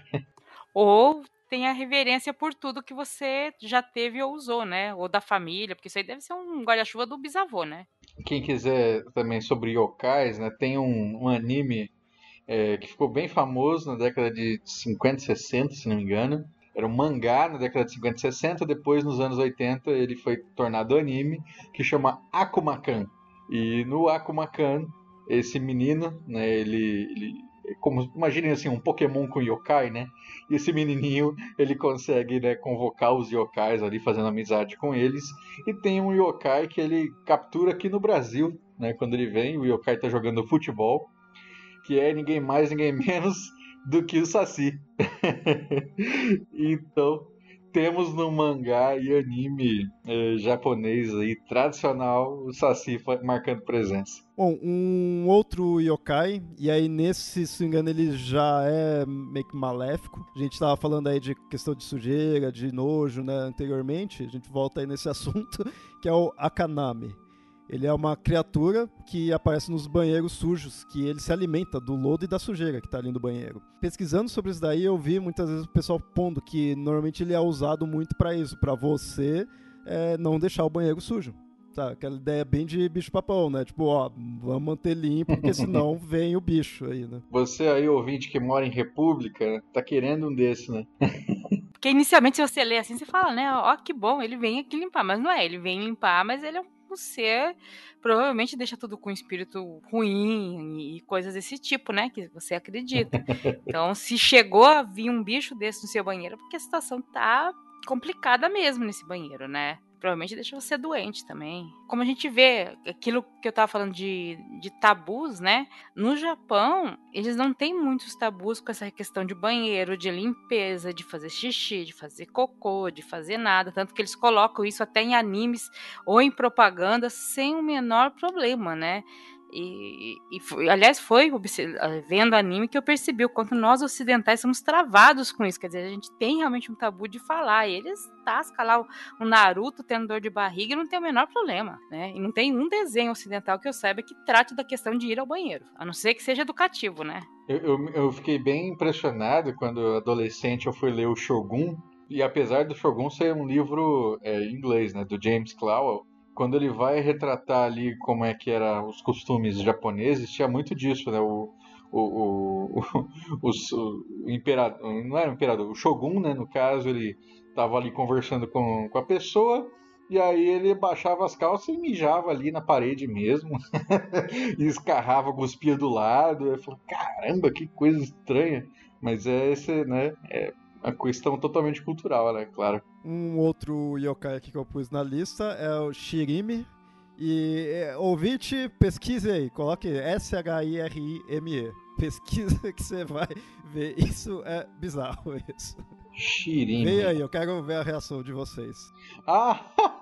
Ou tem a reverência por tudo que você já teve ou usou, né? Ou da família, porque isso aí deve ser um guarda-chuva do bisavô, né? Quem quiser também sobre yokais, né? Tem um, um anime É, que ficou bem famoso na década de cinquenta e sessenta, se não me engano. Era um mangá na década de cinquenta e sessenta, depois nos anos oitenta ele foi tornado anime, que chama Akumakan. E no Akumakan, esse menino, né, ele, ele como, imaginem assim, um Pokémon com yokai, né? E esse menininho, ele consegue, né, convocar os yokais ali, fazendo amizade com eles. E tem um yokai que ele captura aqui no Brasil, né? Quando ele vem, o yokai tá jogando futebol, que é ninguém mais, ninguém menos do que o Saci. Então, temos no mangá e anime eh, japonês aí, tradicional, o Saci marcando presença. Bom, um outro yokai, e aí nesse, se não me engano, ele já é meio que maléfico. A gente estava falando aí de questão de sujeira, de nojo, né, anteriormente. A gente volta aí nesse assunto, que é o Akaname. Ele é uma criatura que aparece nos banheiros sujos, que ele se alimenta do lodo e da sujeira que está ali no banheiro. Pesquisando sobre isso daí, eu vi muitas vezes o pessoal pondo que normalmente ele é usado muito para isso, para você é, não deixar o banheiro sujo. Tá, aquela ideia bem de bicho-papão, né? Tipo, ó, vamos manter limpo, porque senão vem o bicho aí, né? Você aí, ouvinte que mora em república, tá querendo um desse, né? Porque inicialmente, se você lê assim, você fala, né? Ó, que bom, ele vem aqui limpar. Mas não é, ele vem limpar, mas ele é um ser, provavelmente deixa tudo com espírito ruim e coisas desse tipo, né? Que você acredita. Então, se chegou a vir um bicho desse no seu banheiro, é porque a situação tá complicada mesmo nesse banheiro, né? Provavelmente deixa você doente também. Como a gente vê, aquilo que eu tava falando de, de tabus, né? No Japão, eles não têm muitos tabus com essa questão de banheiro, de limpeza, de fazer xixi, de fazer cocô, de fazer nada. Tanto que eles colocam isso até em animes ou em propaganda sem o menor problema, né? E, e foi, aliás, foi vendo anime que eu percebi o quanto nós ocidentais somos travados com isso. Quer dizer, a gente tem realmente um tabu de falar. E eles tascam lá o, o Naruto tendo dor de barriga e não tem o menor problema, né? E não tem um desenho ocidental que eu saiba que trate da questão de ir ao banheiro. A não ser que seja educativo, né? Eu, eu, eu fiquei bem impressionado quando adolescente eu fui ler o Shogun. E apesar do Shogun ser um livro é, em inglês, né, do James Clavell, quando ele vai retratar ali como é que eram os costumes japoneses, tinha muito disso, né? O, o, o, o, o, o imperador, não era o imperador, o shogun, né? No caso, ele estava ali conversando com, com a pessoa, e aí ele baixava as calças e mijava ali na parede mesmo, e escarrava, cuspia do lado. Eu falei, caramba, que coisa estranha. Mas é esse, né? É uma questão totalmente cultural, né? Claro. Um outro yokai aqui que eu pus na lista é o Shirime. E é, ouvinte, pesquise aí, coloque S H I R I M E. Pesquisa que você vai ver. Isso é bizarro, isso. Shirime. Vem aí, eu quero ver a reação de vocês. Ah!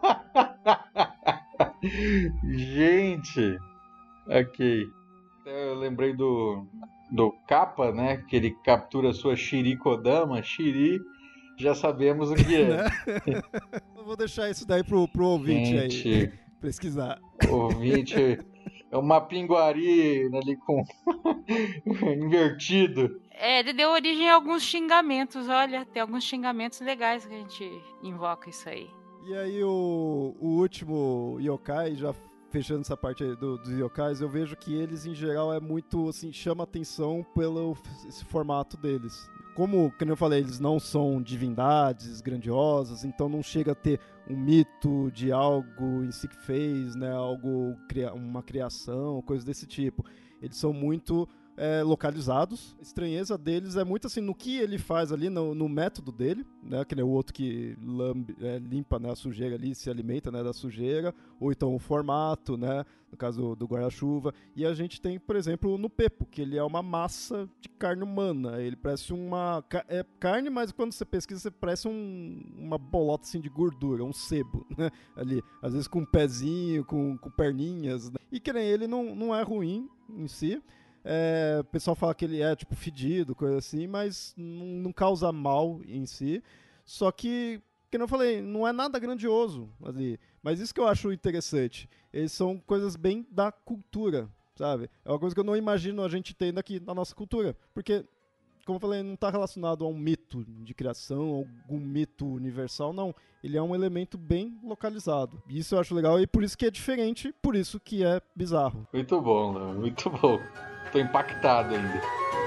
Gente! Ok. Eu lembrei do, do Kappa, né? Que ele captura sua Shiri Kodama. Shiri, já sabemos o que é. Eu vou deixar isso daí pro, pro ouvinte Gente, aí pesquisar. Ouvinte é uma pinguari ali com invertido. É, ele deu origem a alguns xingamentos. Olha, tem alguns xingamentos legais que a gente invoca isso aí. E aí o, o último yokai, já fechando essa parte aí do, dos yokais, eu vejo que eles em geral é muito assim, chama atenção pelo esse formato deles. Como, como eu falei, eles não são divindades grandiosas, então não chega a ter um mito de algo em si que fez, né, algo, uma criação, coisa desse tipo. Eles são muito é, localizados. A estranheza deles é muito assim no que ele faz ali, no, no método dele, né, que é o outro que lambe, é, limpa, né, a sujeira ali, se alimenta, né, da sujeira, ou então o formato, né, no caso do guarda-chuva. E a gente tem, por exemplo, no Pepo, que ele é uma massa de carne humana. Ele parece uma é carne, mas quando você pesquisa, você parece um, uma bolota assim de gordura, um sebo, né, ali, às vezes com um pezinho, com, com perninhas, né? E que nem ele não, não é ruim em si. É, o pessoal fala que ele é tipo fedido, coisa assim, mas não, não causa mal em si. Só que, como eu falei, não é nada grandioso ali. Mas isso que eu acho interessante. Eles são coisas bem da cultura, sabe? É uma coisa que eu não imagino a gente tendo aqui na nossa cultura. Porque, como eu falei, não está relacionado a um mito de criação, algum mito universal, não. Ele é um elemento bem localizado. E isso eu acho legal e por isso que é diferente, por isso que é bizarro. Muito bom, Léo, muito bom. Tô impactado ainda.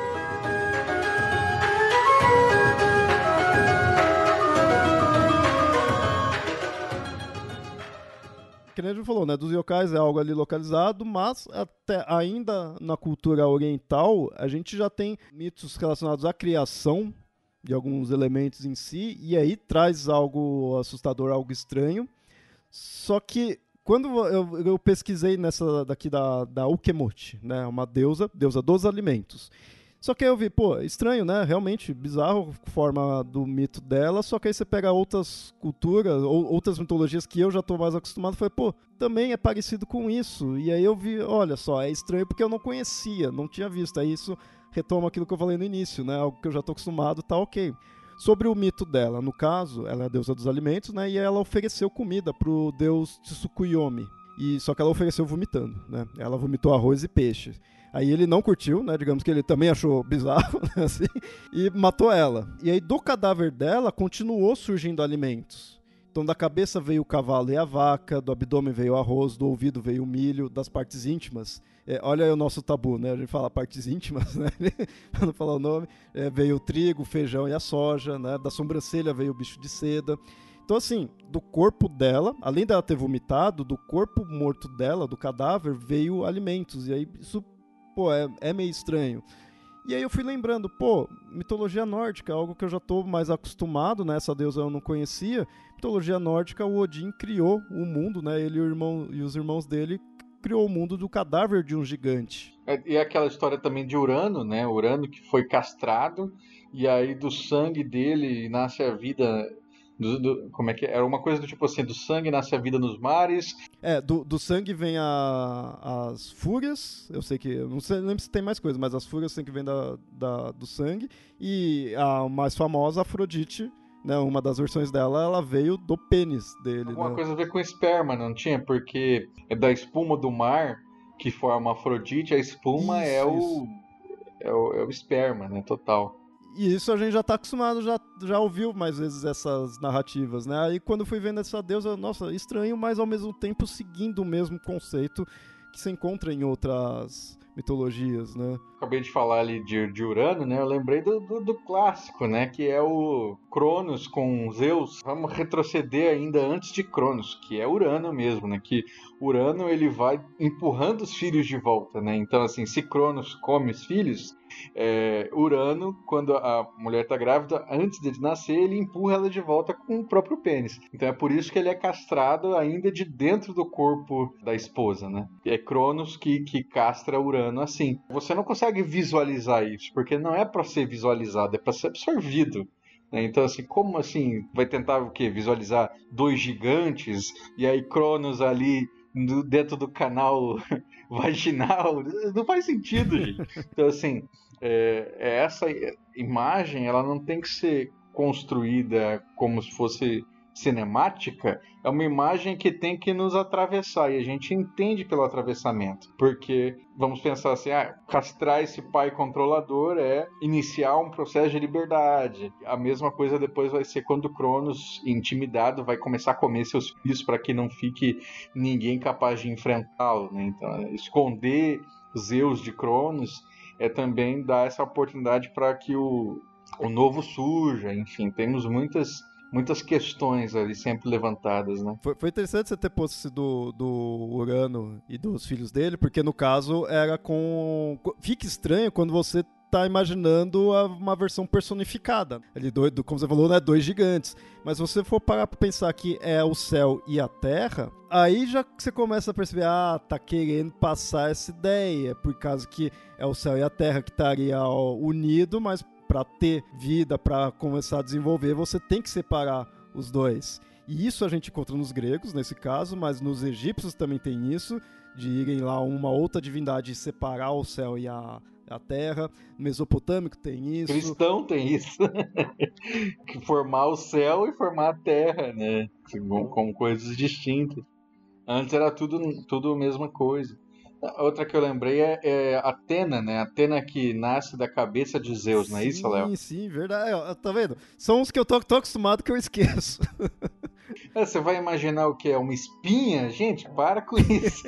Que nem a gente falou, né? Dos yokais é algo ali localizado, mas até ainda na cultura oriental, a gente já tem mitos relacionados à criação de alguns elementos em si, e aí traz algo assustador, algo estranho. Só que quando eu, eu pesquisei nessa daqui da, da Ukemochi, né? Uma deusa, deusa dos alimentos. Só que aí eu vi, pô, estranho, né? Realmente bizarro a forma do mito dela, só que aí você pega outras culturas, ou outras mitologias que eu já tô mais acostumado, e falei, pô, também é parecido com isso. E aí eu vi, olha só, é estranho porque eu não conhecia, não tinha visto. Aí isso retoma aquilo que eu falei no início, né? Algo que eu já tô acostumado, tá ok. Sobre o mito dela, no caso, ela é a deusa dos alimentos, né? E ela ofereceu comida pro deus Tsukuyomi. E, só que ela ofereceu vomitando, né? Ela vomitou arroz e peixe. Aí ele não curtiu, né? Digamos que ele também achou bizarro, né? Assim, e matou ela. E aí do cadáver dela continuou surgindo alimentos. Então da cabeça veio o cavalo e a vaca, do abdômen veio o arroz, do ouvido veio o milho, das partes íntimas. É, olha aí o nosso tabu, né? A gente fala partes íntimas, né? Pra não falar o nome. É, veio o trigo, o feijão e a soja, né? Da sobrancelha veio o bicho de seda. Então, assim, do corpo dela, além dela ter vomitado, do corpo morto dela, do cadáver, veio alimentos. E aí isso, pô, é, é meio estranho. E aí eu fui lembrando, pô, mitologia nórdica, algo que eu já tô mais acostumado, né? Essa deusa eu não conhecia. Mitologia nórdica, o Odin criou o mundo, né? Ele e, o irmão, e os irmãos dele criou o mundo do cadáver de um gigante. É, e aquela história também de Urano, né? Urano que foi castrado e aí do sangue dele nasce a vida. Do, do, como é que é? Era uma coisa do tipo assim, do sangue nasce a vida nos mares. É, do, do sangue vem a, as fúrias, eu sei que, eu não sei, não lembro se tem mais coisa, mas as fúrias tem que vem da, da, do sangue, e a mais famosa, Afrodite, né, uma das versões dela, ela veio do pênis dele. Alguma né? coisa a ver com esperma, não tinha? Porque é da espuma do mar que forma a Afrodite, a espuma Isso, é, o, isso. é o é o esperma, né, total. E isso a gente já tá acostumado, já, já ouviu mais vezes essas narrativas, né? Aí quando fui vendo essa deusa, nossa, estranho, mas ao mesmo tempo seguindo o mesmo conceito que se encontra em outras mitologias, né? Acabei de falar ali de, de Urano, né? Eu lembrei do, do, do clássico, né? Que é o Cronos com Zeus. Vamos retroceder ainda antes de Cronos, que é Urano mesmo, né? Que Urano ele vai empurrando os filhos de volta, né? Então, assim, se Cronos come os filhos, é, Urano, quando a mulher está grávida, antes de nascer, ele empurra ela de volta com o próprio pênis. Então é por isso que ele é castrado ainda de dentro do corpo da esposa, né? É Cronos que, que castra Urano assim. Você não consegue visualizar isso, porque não é para ser visualizado, é para ser absorvido. Então, assim, como assim vai tentar o quê? Visualizar dois gigantes e aí Cronos ali no, dentro do canal vaginal? Não faz sentido, gente. Então, assim, é, essa imagem ela não tem que ser construída como se fosse cinemática, é uma imagem que tem que nos atravessar, e a gente entende pelo atravessamento, porque vamos pensar assim, ah, castrar esse pai controlador é iniciar um processo de liberdade. A mesma coisa depois vai ser quando Cronos, intimidado, vai começar a comer seus filhos para que não fique ninguém capaz de enfrentá-lo, né? Então, esconder Zeus de Cronos é também dar essa oportunidade para que o, o novo surja. Enfim, temos muitas muitas questões ali sempre levantadas, né? Foi, foi interessante você ter posto esse do, do Urano e dos filhos dele, porque no caso era com... Fica estranho quando você tá imaginando uma versão personificada. Ali, do, do, como você falou, né, dois gigantes. Mas se você for parar pra pensar que é o céu e a terra, aí já você começa a perceber, ah, tá querendo passar essa ideia, por causa que é o céu e a terra que estaria unido, mas para ter vida, para começar a desenvolver, você tem que separar os dois. E isso a gente encontra nos gregos, nesse caso, mas nos egípcios também tem isso, de irem lá uma outra divindade e separar o céu e a, a terra. No mesopotâmico tem isso. Cristão tem isso. Formar o céu e formar a terra, né? Como coisas distintas. Antes era tudo, tudo a mesma coisa. Outra que eu lembrei é, é Atena, né? Atena que nasce da cabeça de Zeus, não é isso, Léo? Sim, sim, verdade. Tá vendo? São os que eu tô, tô acostumado que eu esqueço. É, você vai imaginar o que? É uma espinha? Gente, para com isso.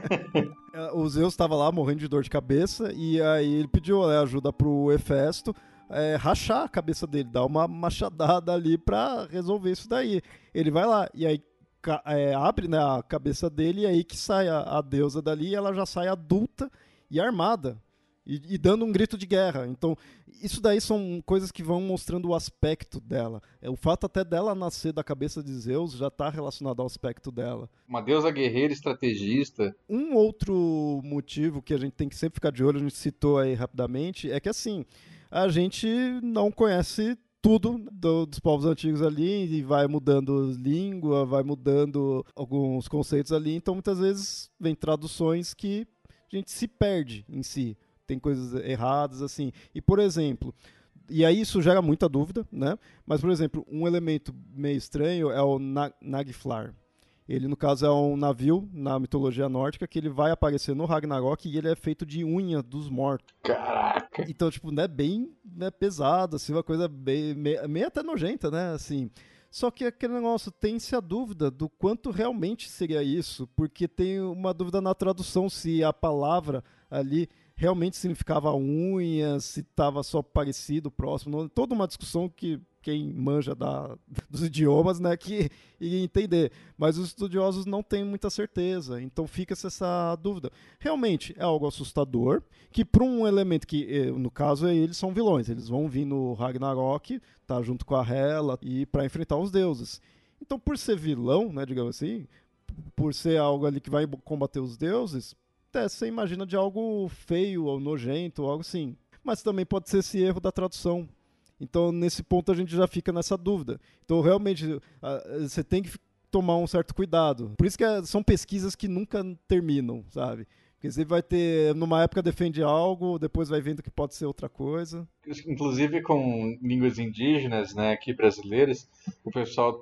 O Zeus estava lá morrendo de dor de cabeça e aí ele pediu, né, ajuda pro Hefesto é, rachar a cabeça dele, dar uma machadada ali pra resolver isso daí. Ele vai lá e aí É, abre, né, a cabeça dele e aí que sai a, a deusa dali e ela já sai adulta e armada e, e dando um grito de guerra. Então isso daí são coisas que vão mostrando o aspecto dela. É, o fato até dela nascer da cabeça de Zeus já está relacionado ao aspecto dela. Uma deusa guerreira, estrategista. Um outro motivo que a gente tem que sempre ficar de olho, a gente citou aí rapidamente, é que assim, a gente não conhece tudo do, dos povos antigos ali e vai mudando língua, vai mudando alguns conceitos ali, então muitas vezes vem traduções que a gente se perde em si, tem coisas erradas assim. E por exemplo, e aí isso gera muita dúvida, né? Mas por exemplo, um elemento meio estranho é o Na- Nagflar. Ele, no caso, é um navio na mitologia nórdica que ele vai aparecer no Ragnarok e ele é feito de unha dos mortos. Caraca! Então, tipo, né, bem né, pesado, assim, uma coisa bem, meio, meio até nojenta, né, assim. Só que aquele negócio, tem-se a dúvida do quanto realmente seria isso, porque tem uma dúvida na tradução se a palavra ali realmente significava unha, se estava só parecido, próximo, toda uma discussão que quem manja da, dos idiomas, né, que ia entender. Mas os estudiosos não têm muita certeza, então fica-se essa dúvida. Realmente é algo assustador, que para um elemento que, no caso, eles são vilões, eles vão vir no Ragnarok, tá, junto com a Hela, e para enfrentar os deuses. Então, por ser vilão, né, digamos assim, por ser algo ali que vai combater os deuses, até você imagina de algo feio ou nojento, ou algo assim. Mas também pode ser esse erro da tradução. Então, nesse ponto, a gente já fica nessa dúvida. Então, realmente, você tem que tomar um certo cuidado. Por isso que são pesquisas que nunca terminam, sabe? Porque você vai ter, numa época defende algo, depois vai vendo que pode ser outra coisa. Inclusive com línguas indígenas, né, aqui brasileiras, o pessoal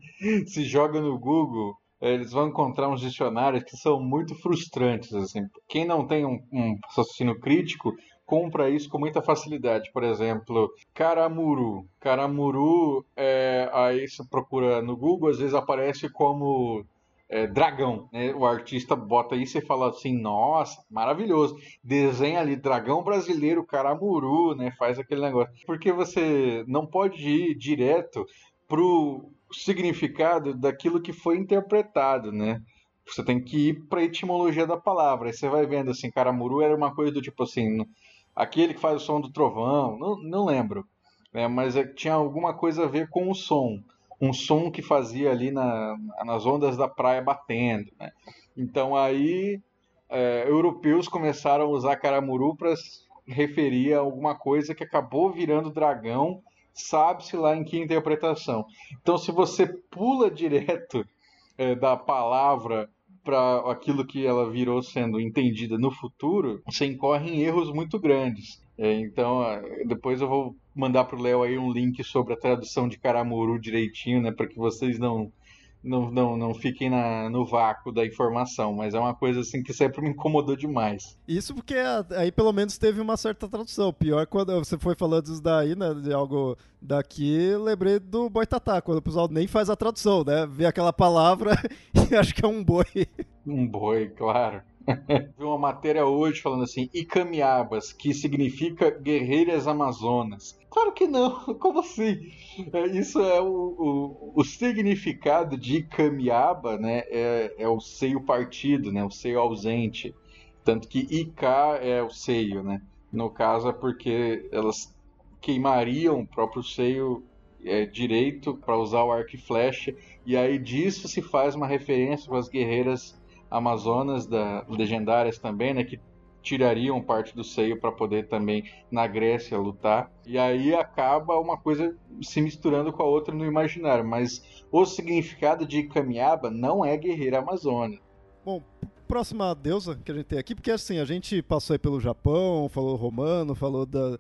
se joga no Google, eles vão encontrar uns dicionários que são muito frustrantes, assim. Quem não tem um, um raciocínio crítico compra isso com muita facilidade. Por exemplo, caramuru. Caramuru, é, aí você procura no Google, às vezes aparece como é, dragão, né? O artista bota isso e fala assim, nossa, maravilhoso. Desenha ali dragão brasileiro, caramuru, né? Faz aquele negócio. Porque você não pode ir direto pro significado daquilo que foi interpretado, né? Você tem que ir para a etimologia da palavra. Aí você vai vendo assim, caramuru era uma coisa do tipo assim, aquele que faz o som do trovão, não, não lembro, né? Mas é, tinha alguma coisa a ver com o som, um som que fazia ali na, nas ondas da praia batendo, né? Então aí é, europeus começaram a usar caramuru para referir a alguma coisa que acabou virando dragão, sabe-se lá em que interpretação. Então, se você pula direto é, da palavra para aquilo que ela virou sendo entendida no futuro, você incorre em erros muito grandes. É, então, depois eu vou mandar para o Léo aí um link sobre a tradução de caramuru direitinho, né, para que vocês não, não, não, não fiquem na, no vácuo da informação, mas é uma coisa assim que sempre me incomodou demais. Isso porque aí pelo menos teve uma certa tradução. Pior quando você foi falando isso daí, né, de algo daqui, eu lembrei do boitatá, quando o pessoal nem faz a tradução, né, vê aquela palavra e acha que é um boi. Um boi, claro. Vi uma matéria hoje falando assim, Icamiabas, que significa guerreiras amazonas. Claro que não, como assim? Isso é o, o, o significado de Icamiaba, né? É, é o seio partido, né? O seio ausente. Tanto que Icá é o seio, né? No caso é porque elas queimariam o próprio seio é, direito para usar o arco e flecha, e aí disso se faz uma referência com as guerreiras amazonas da, legendárias também, né, que tirariam parte do seio para poder também na Grécia lutar, e aí acaba uma coisa se misturando com a outra no imaginário, mas o significado de Icamiaba não é guerreira amazona. Bom, próxima deusa que a gente tem aqui, porque assim, a gente passou aí pelo Japão, falou romano, falou da,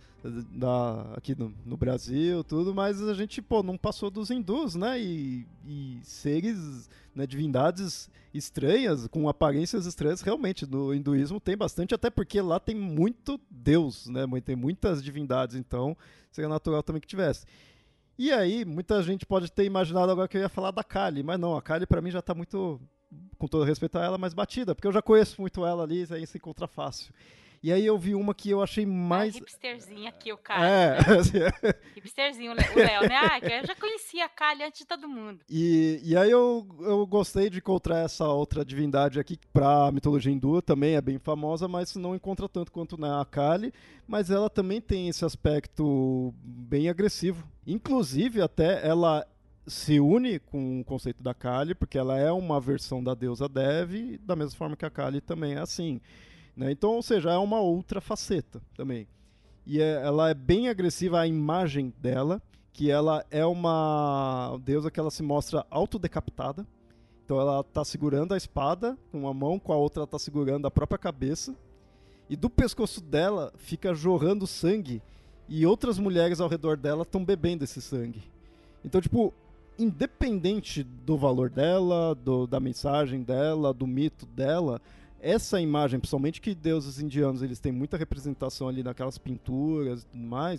da, aqui no, no Brasil, tudo, mas a gente, pô, não passou dos hindus, né, e, e seres, né, divindades estranhas, com aparências estranhas, realmente, no hinduísmo tem bastante, até porque lá tem muito deus, né, tem muitas divindades, então seria natural também que tivesse. E aí, muita gente pode ter imaginado agora que eu ia falar da Kali, mas não, a Kali pra mim já tá muito, com todo respeito a ela, mais batida, porque eu já conheço muito ela ali, aí se encontra fácil. E aí eu vi uma que eu achei mais... Ah, hipsterzinha aqui, o cara. É. Né? Hipsterzinho, o Léo, né? Ah, eu já conhecia a Kali antes de todo mundo. E, e aí eu, eu gostei de encontrar essa outra divindade aqui, pra mitologia hindu, também é bem famosa, mas não encontra tanto quanto na Kali, mas ela também tem esse aspecto bem agressivo. Inclusive, até ela se une com o conceito da Kali, porque ela é uma versão da deusa Devi, da mesma forma que a Kali também é assim. Né? Então, ou seja, é uma outra faceta também. E é, ela é bem agressiva, a imagem dela, que ela é uma deusa que ela se mostra autodecapitada. Então ela está segurando a espada com uma mão, com a outra ela está segurando a própria cabeça. E do pescoço dela fica jorrando sangue, e outras mulheres ao redor dela estão bebendo esse sangue. Então, tipo, independente do valor dela, do, da mensagem dela, do mito dela, essa imagem, principalmente que deuses indianos eles têm muita representação ali naquelas pinturas e tudo mais,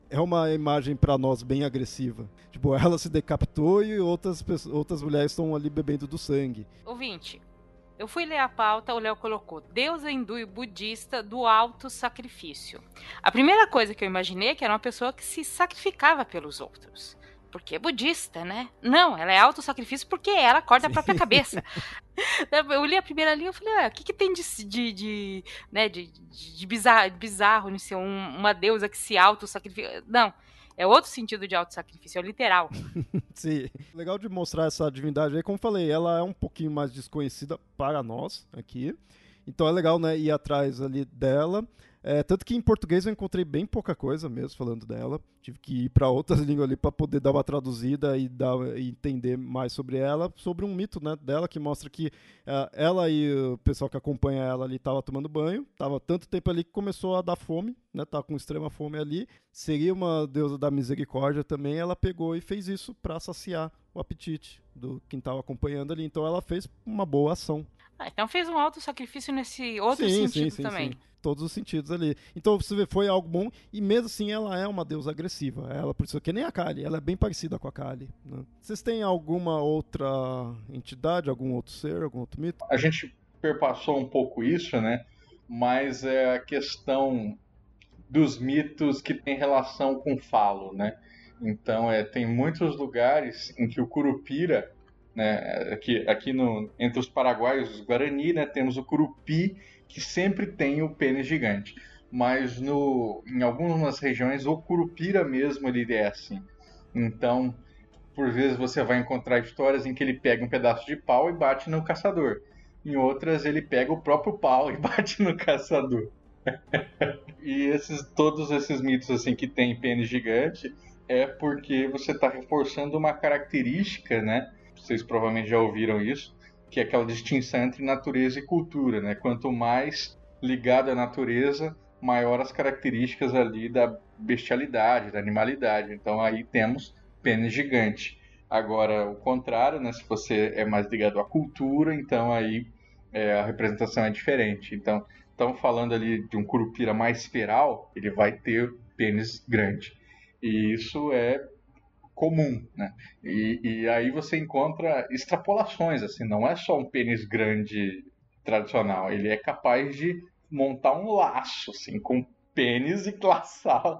é uma imagem pra nós bem agressiva. Tipo, ela se decapitou e outras, pessoas, outras mulheres estão ali bebendo do sangue. Ouvinte, eu fui ler a pauta, o Léo colocou deusa hindu e budista do auto-sacrifício. A primeira coisa que eu imaginei é que era uma pessoa que se sacrificava pelos outros. Porque é budista, né? Não, ela é auto-sacrifício porque ela corta a própria cabeça. Eu li a primeira linha e falei, ué, o que, que tem de, de, de, né, de, de, de bizarro, bizarro nisso? Um, uma deusa que se auto-sacrifica? Não, é outro sentido de auto-sacrifício, é o literal. Sim, legal de mostrar essa divindade aí, como falei, ela é um pouquinho mais desconhecida para nós aqui. Então é legal, né, ir atrás ali dela. É, tanto que em português eu encontrei bem pouca coisa mesmo falando dela. Tive que ir para outras línguas ali para poder dar uma traduzida e, dar, e entender mais sobre ela, sobre um mito, né, dela que mostra que uh, ela e o pessoal que acompanha ela ali tava tomando banho, tava tanto tempo ali que começou a dar fome, né, tá com extrema fome ali. Seria uma deusa da misericórdia também, ela pegou e fez isso para saciar o apetite do quem tava acompanhando ali. Então ela fez uma boa ação. Ah, então fez um auto-sacrifício nesse outro sim, sentido sim, sim, também. Sim. Todos os sentidos ali. Então você vê, foi algo bom, e mesmo assim ela é uma deusa agressiva. Ela, por isso que nem a Kali, ela é bem parecida com a Kali. Né? Vocês têm alguma outra entidade, algum outro ser, algum outro mito? A gente perpassou um pouco isso, né? Mas é a questão dos mitos que tem relação com falo, né? Então, é, tem muitos lugares em que o Curupira, né, aqui, aqui no, entre os paraguaios e os Guarani, né, temos o Curupi, que sempre tem o pênis gigante. Mas no, em algumas regiões, o Curupira mesmo ele é assim. Então, por vezes você vai encontrar histórias em que ele pega um pedaço de pau e bate no caçador. Em outras, ele pega o próprio pau e bate no caçador. E esses, todos esses mitos assim que tem pênis gigante é porque você está reforçando uma característica, né? Vocês provavelmente já ouviram isso, que é aquela distinção entre natureza e cultura, né? Quanto mais ligado à natureza, maior as características ali da bestialidade, da animalidade. Então aí temos pênis gigante. Agora, o contrário, né? Se você é mais ligado à cultura, então aí é, a representação é diferente. Então, estamos falando ali de um curupira mais feral, ele vai ter pênis grande. E isso é comum, né? E, e aí você encontra extrapolações, assim, não é só um pênis grande tradicional, ele é capaz de montar um laço, assim, com pênis e laçar a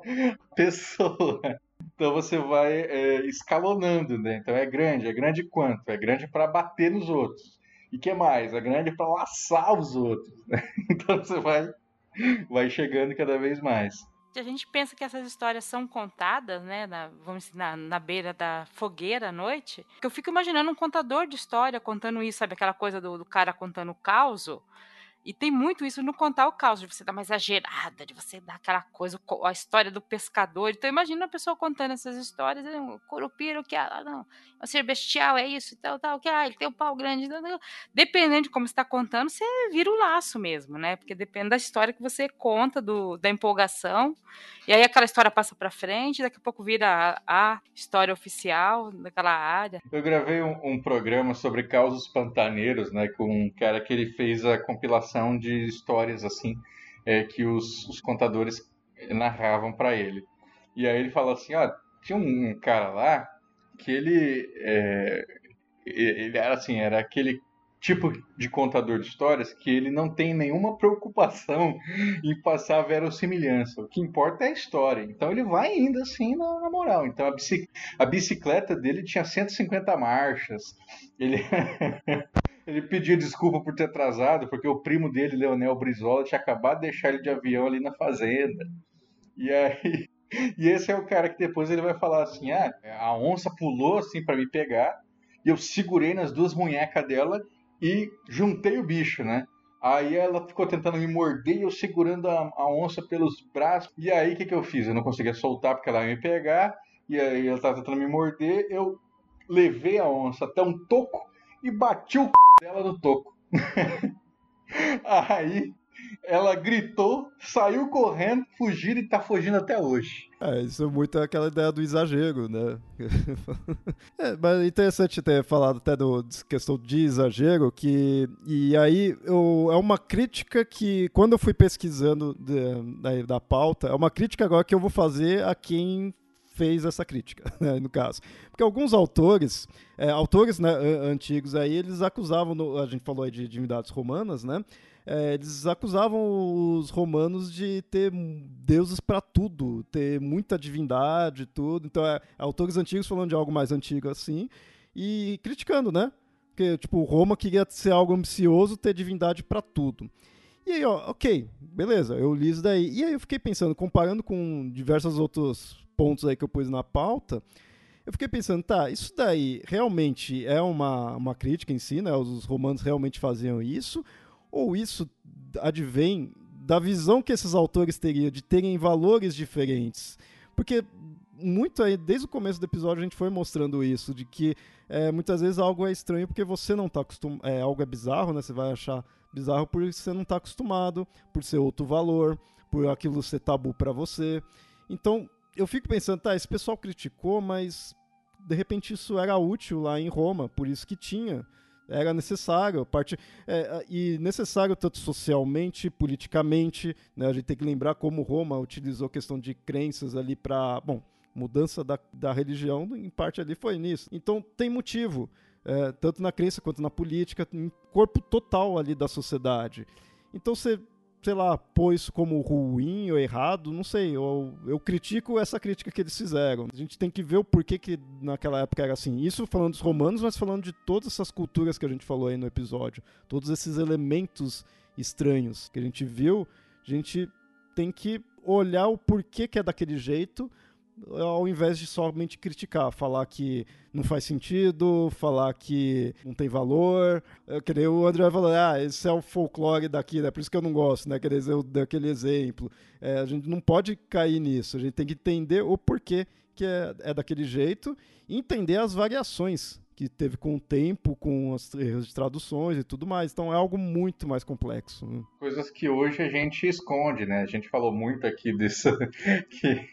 pessoa. Então você vai é, escalonando, né? Então é grande, é grande quanto? É grande para bater nos outros. E que mais? É grande para laçar os outros, né? Então você vai, vai chegando cada vez mais. A gente pensa que essas histórias são contadas, né, na, vamos dizer, na, na beira da fogueira à noite, que eu fico imaginando um contador de história contando isso, sabe, aquela coisa do, do cara contando o caos. E tem muito isso no contar o caos, de você dar uma exagerada, de você dar aquela coisa, a história do pescador. Então imagina a pessoa contando essas histórias, o curupira, o que ah, não, o ser bestial é isso, tal, tal, que ah, ele tem um pau grande. Tal, tal. Dependendo de como você está contando, você vira o laço mesmo, né? Porque depende da história que você conta, do, da empolgação. E aí aquela história passa para frente, daqui a pouco vira a, a história oficial daquela área. Eu gravei um, um programa sobre causos pantaneiros, né, com um cara que ele fez a compilação de histórias assim é, que os, os contadores narravam para ele. E aí ele falou assim, ó, tinha um, um cara lá que ele é, ele era assim, era aquele tipo de contador de histórias que ele não tem nenhuma preocupação em passar a verossimilhança. O que importa é a história. Então ele vai indo assim na, na moral. Então a, bici, a bicicleta dele tinha cento e cinquenta marchas. Ele ele pediu desculpa por ter atrasado, porque o primo dele, Leonel Brizola, tinha acabado de deixar ele de avião ali na fazenda. E aí e esse é o cara que depois ele vai falar assim, ah, a onça pulou assim para me pegar, e eu segurei nas duas munhecas dela e juntei o bicho, né? Aí ela ficou tentando me morder e eu segurando a, a onça pelos braços. E aí o que, que eu fiz? Eu não conseguia soltar porque ela ia me pegar. E aí ela estava tentando me morder. Eu levei a onça até um toco e bati o c... dela no toco. Aí ela gritou, saiu correndo, fugiu e tá fugindo até hoje. É, isso é muito aquela ideia do exagero, né? É, mas é interessante ter falado até do, de questão de exagero, que, e aí eu, é uma crítica que, quando eu fui pesquisando de, da, da pauta, é uma crítica agora que eu vou fazer a quem fez essa crítica, né, no caso. Porque alguns autores, é, autores né, antigos aí, eles acusavam, no, a gente falou aí de divindades romanas, né? É, eles acusavam os romanos de ter deuses para tudo, ter muita divindade e tudo. Então, é, autores antigos falando de algo mais antigo assim e criticando, né? Porque, tipo, Roma queria ser algo ambicioso, ter divindade para tudo. E aí, ó, ok, beleza, eu li isso daí. E aí eu fiquei pensando, comparando com diversos outros pontos aí que eu pus na pauta, eu fiquei pensando, tá, isso daí realmente é uma, uma crítica em si, né? Os romanos realmente faziam isso? Ou isso advém da visão que esses autores teriam de terem valores diferentes? Porque muito aí, desde o começo do episódio, a gente foi mostrando isso, de que é, muitas vezes algo é estranho porque você não está acostumado, é, algo é bizarro, né? Você vai achar bizarro porque você não está acostumado, por ser outro valor, por aquilo ser tabu para você. Então, eu fico pensando, tá, esse pessoal criticou, mas de repente isso era útil lá em Roma, por isso que tinha. Era necessário, parte, é, e necessário tanto socialmente, politicamente, né? A gente tem que lembrar como Roma utilizou a questão de crenças ali para, bom, mudança da, da religião, em parte ali foi nisso. Então tem motivo, é, tanto na crença quanto na política, em corpo total ali da sociedade. Então você, sei lá, pôr isso como ruim ou errado, não sei, eu, eu critico essa crítica que eles fizeram. A gente tem que ver o porquê que naquela época era assim. Isso falando dos romanos, mas falando de todas essas culturas que a gente falou aí no episódio. Todos esses elementos estranhos que a gente viu, a gente tem que olhar o porquê que é daquele jeito, ao invés de somente criticar, falar que não faz sentido, falar que não tem valor. Eu queria o André falou, ah, esse é o folclore daqui, né? Por isso que eu não gosto, né? Quer dizer, eu dei aquele exemplo. É, a gente não pode cair nisso, a gente tem que entender o porquê que é, é daquele jeito e entender as variações que teve com o tempo, com as erros de traduções e tudo mais. Então é algo muito mais complexo. Né? Coisas que hoje a gente esconde, né? A gente falou muito aqui disso, que,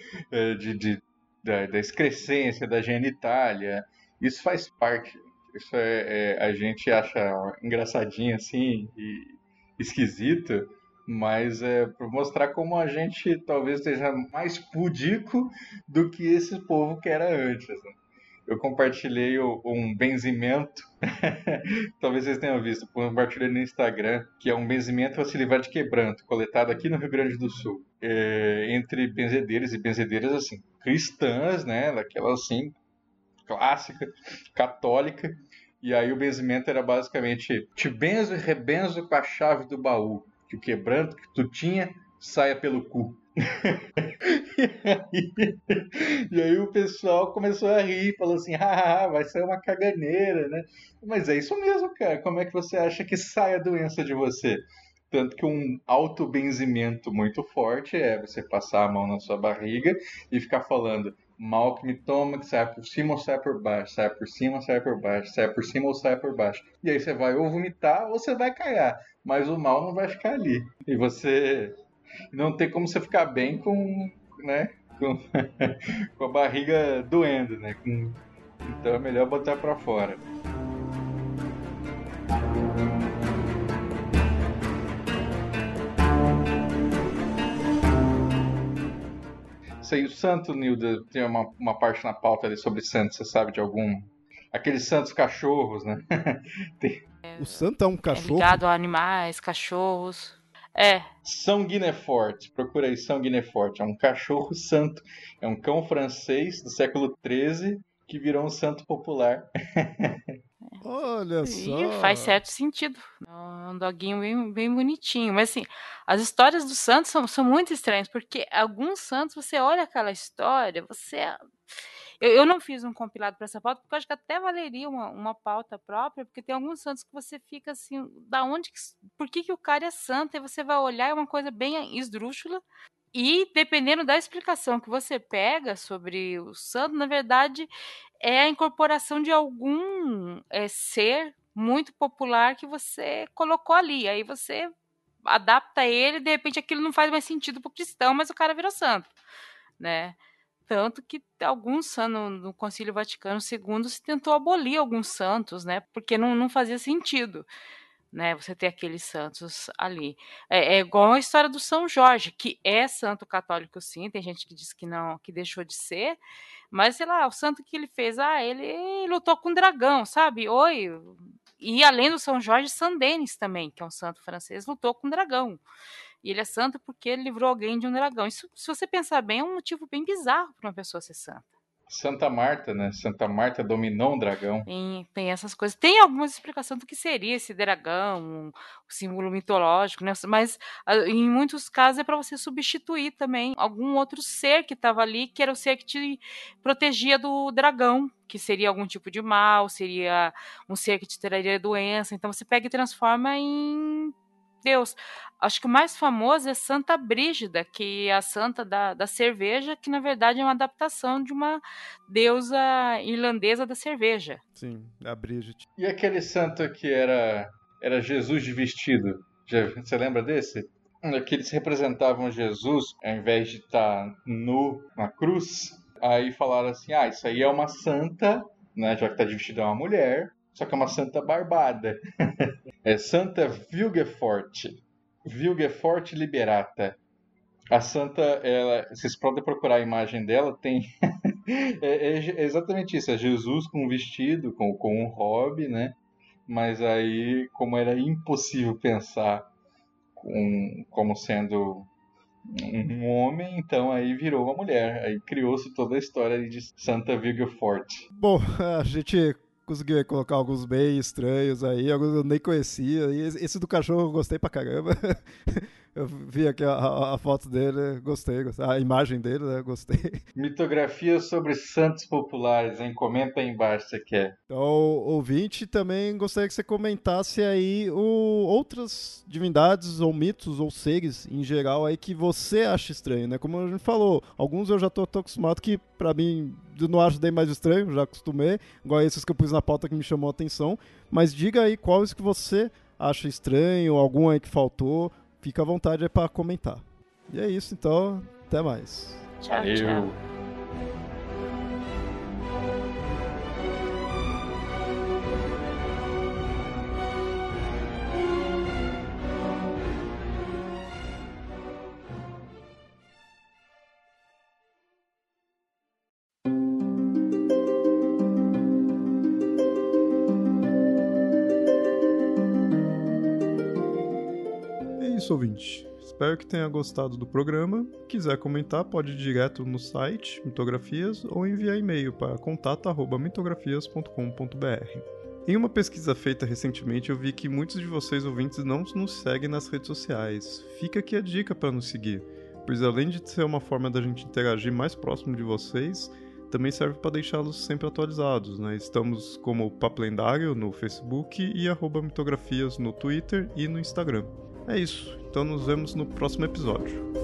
de, de, da, da excrescência, da genitália. Isso faz parte. Isso é, é a gente acha engraçadinho assim e esquisito, mas é para mostrar como a gente talvez esteja mais pudico do que esse povo que era antes. Né? Eu compartilhei um benzimento, talvez vocês tenham visto, compartilhei no Instagram, que é um benzimento para se livrar de quebranto, coletado aqui no Rio Grande do Sul, é, entre benzedeiros e benzedeiras, assim, cristãs, né, daquela assim, clássica, católica, e aí o benzimento era basicamente, te benzo e rebenzo com a chave do baú, que o quebranto que tu tinha saia pelo cu. e, aí, e aí o pessoal começou a rir, falou assim, ah, vai ser uma caganeira, né? Mas é isso mesmo, cara. Como é que você acha que sai a doença de você? Tanto que um autobenzimento muito forte é você passar a mão na sua barriga e ficar falando mal que me toma, que sai por cima ou sai por baixo, sai por cima ou sai por baixo, sai por cima ou sai por baixo. E aí você vai ou vomitar ou você vai cagar, mas o mal não vai ficar ali. E você não tem como você ficar bem com, né, com, com a barriga doendo, né? Com, então é melhor botar pra fora. Sei, o santo, Nilda, tem uma, uma parte na pauta ali sobre santos, você sabe de algum? Aqueles santos cachorros, né? tem... O santo é um cachorro? É ligado a animais, cachorros. É. São Guinefort, procura aí São Guinefort, é um cachorro santo, é um cão francês do século treze que virou um santo popular. Olha só. E faz certo sentido. É um doguinho bem, bem bonitinho. Mas assim, as histórias dos santos são, são muito estranhas, porque alguns santos, você olha aquela história, você... Eu, eu não fiz um compilado para essa pauta, porque eu acho que até valeria uma, uma pauta própria, porque tem alguns santos que você fica assim, da onde que, por que, que o cara é santo? E você vai olhar, é uma coisa bem esdrúxula. E dependendo da explicação que você pega sobre o santo, na verdade, é a incorporação de algum é, ser muito popular que você colocou ali. Aí você adapta ele, de repente aquilo não faz mais sentido para o cristão, mas o cara virou santo, né? Tanto que alguns no, no Concílio Vaticano segundo se tentou abolir alguns santos, né? Porque não, não fazia sentido, né? Você ter aqueles santos ali. É, é igual a história do São Jorge, que é santo católico sim, tem gente que diz que não, que deixou de ser, mas sei lá, o santo que ele fez, ah, ele lutou com um dragão, sabe? Oi. E além do São Jorge, Saint Denis também, que é um santo francês, lutou com um dragão. E ele é santo porque ele livrou alguém de um dragão. Isso, se você pensar bem, é um motivo bem bizarro para uma pessoa ser santa. Santa Marta, né? Santa Marta dominou um dragão. Tem, tem essas coisas. Tem algumas explicações do que seria esse dragão, um símbolo mitológico, né? Mas em muitos casos é para você substituir também algum outro ser que estava ali, que era o ser que te protegia do dragão, que seria algum tipo de mal, seria um ser que te traria doença. Então você pega e transforma em Deus. Acho que o mais famoso é Santa Brígida, que é a santa da, da cerveja, que na verdade é uma adaptação de uma deusa irlandesa da cerveja. Sim, a Brígida. E aquele santo que era, era Jesus de vestido? Já, você lembra desse? Que eles representavam Jesus, ao invés de estar nu na cruz, aí falaram assim, ah, isso aí é uma santa, né, já que está de vestido é uma mulher, só que é uma santa barbada. É Santa Vilgeforte. Vilgeforte Liberata. A santa, ela, vocês podem procurar a imagem dela, tem... é, é exatamente isso, é Jesus com um vestido, com, com um hobby, né? Mas aí, como era impossível pensar com, como sendo um homem, então aí virou uma mulher. Aí criou-se toda a história de Santa Vilgeforte. Bom, a gente conseguiu colocar alguns bem estranhos aí, alguns eu nem conhecia. E esse do cachorro eu gostei pra caramba. Eu vi aqui a, a, a foto dele, gostei, gostei. A imagem dele, né? Gostei. Mitografia sobre santos populares, hein? Comenta aí embaixo se você quer. Então, ouvinte, também gostaria que você comentasse aí o, outras divindades ou mitos ou seres em geral aí que você acha estranho, né? Como a gente falou, alguns eu já tô, tô acostumado que pra mim eu não acho nem mais estranho, já acostumei, igual esses que eu pus na pauta que me chamou a atenção, mas diga aí quais que você acha estranho, algum aí que faltou. Fica à vontade aí para comentar. E é isso, então. Até mais. Tchau, Valeu. tchau. Isso, ouvinte. Espero que tenha gostado do programa. Quiser comentar, pode ir direto no site Mitografias ou enviar e-mail para contato arroba mitografias ponto com ponto b r. Em uma pesquisa feita recentemente, eu vi que muitos de vocês ouvintes não nos seguem nas redes sociais. Fica aqui a dica para nos seguir, pois além de ser uma forma da gente interagir mais próximo de vocês, também serve para deixá-los sempre atualizados, né? Estamos como Papo Lendário no Facebook e arroba mitografias no Twitter e no Instagram. É isso, então nos vemos no próximo episódio.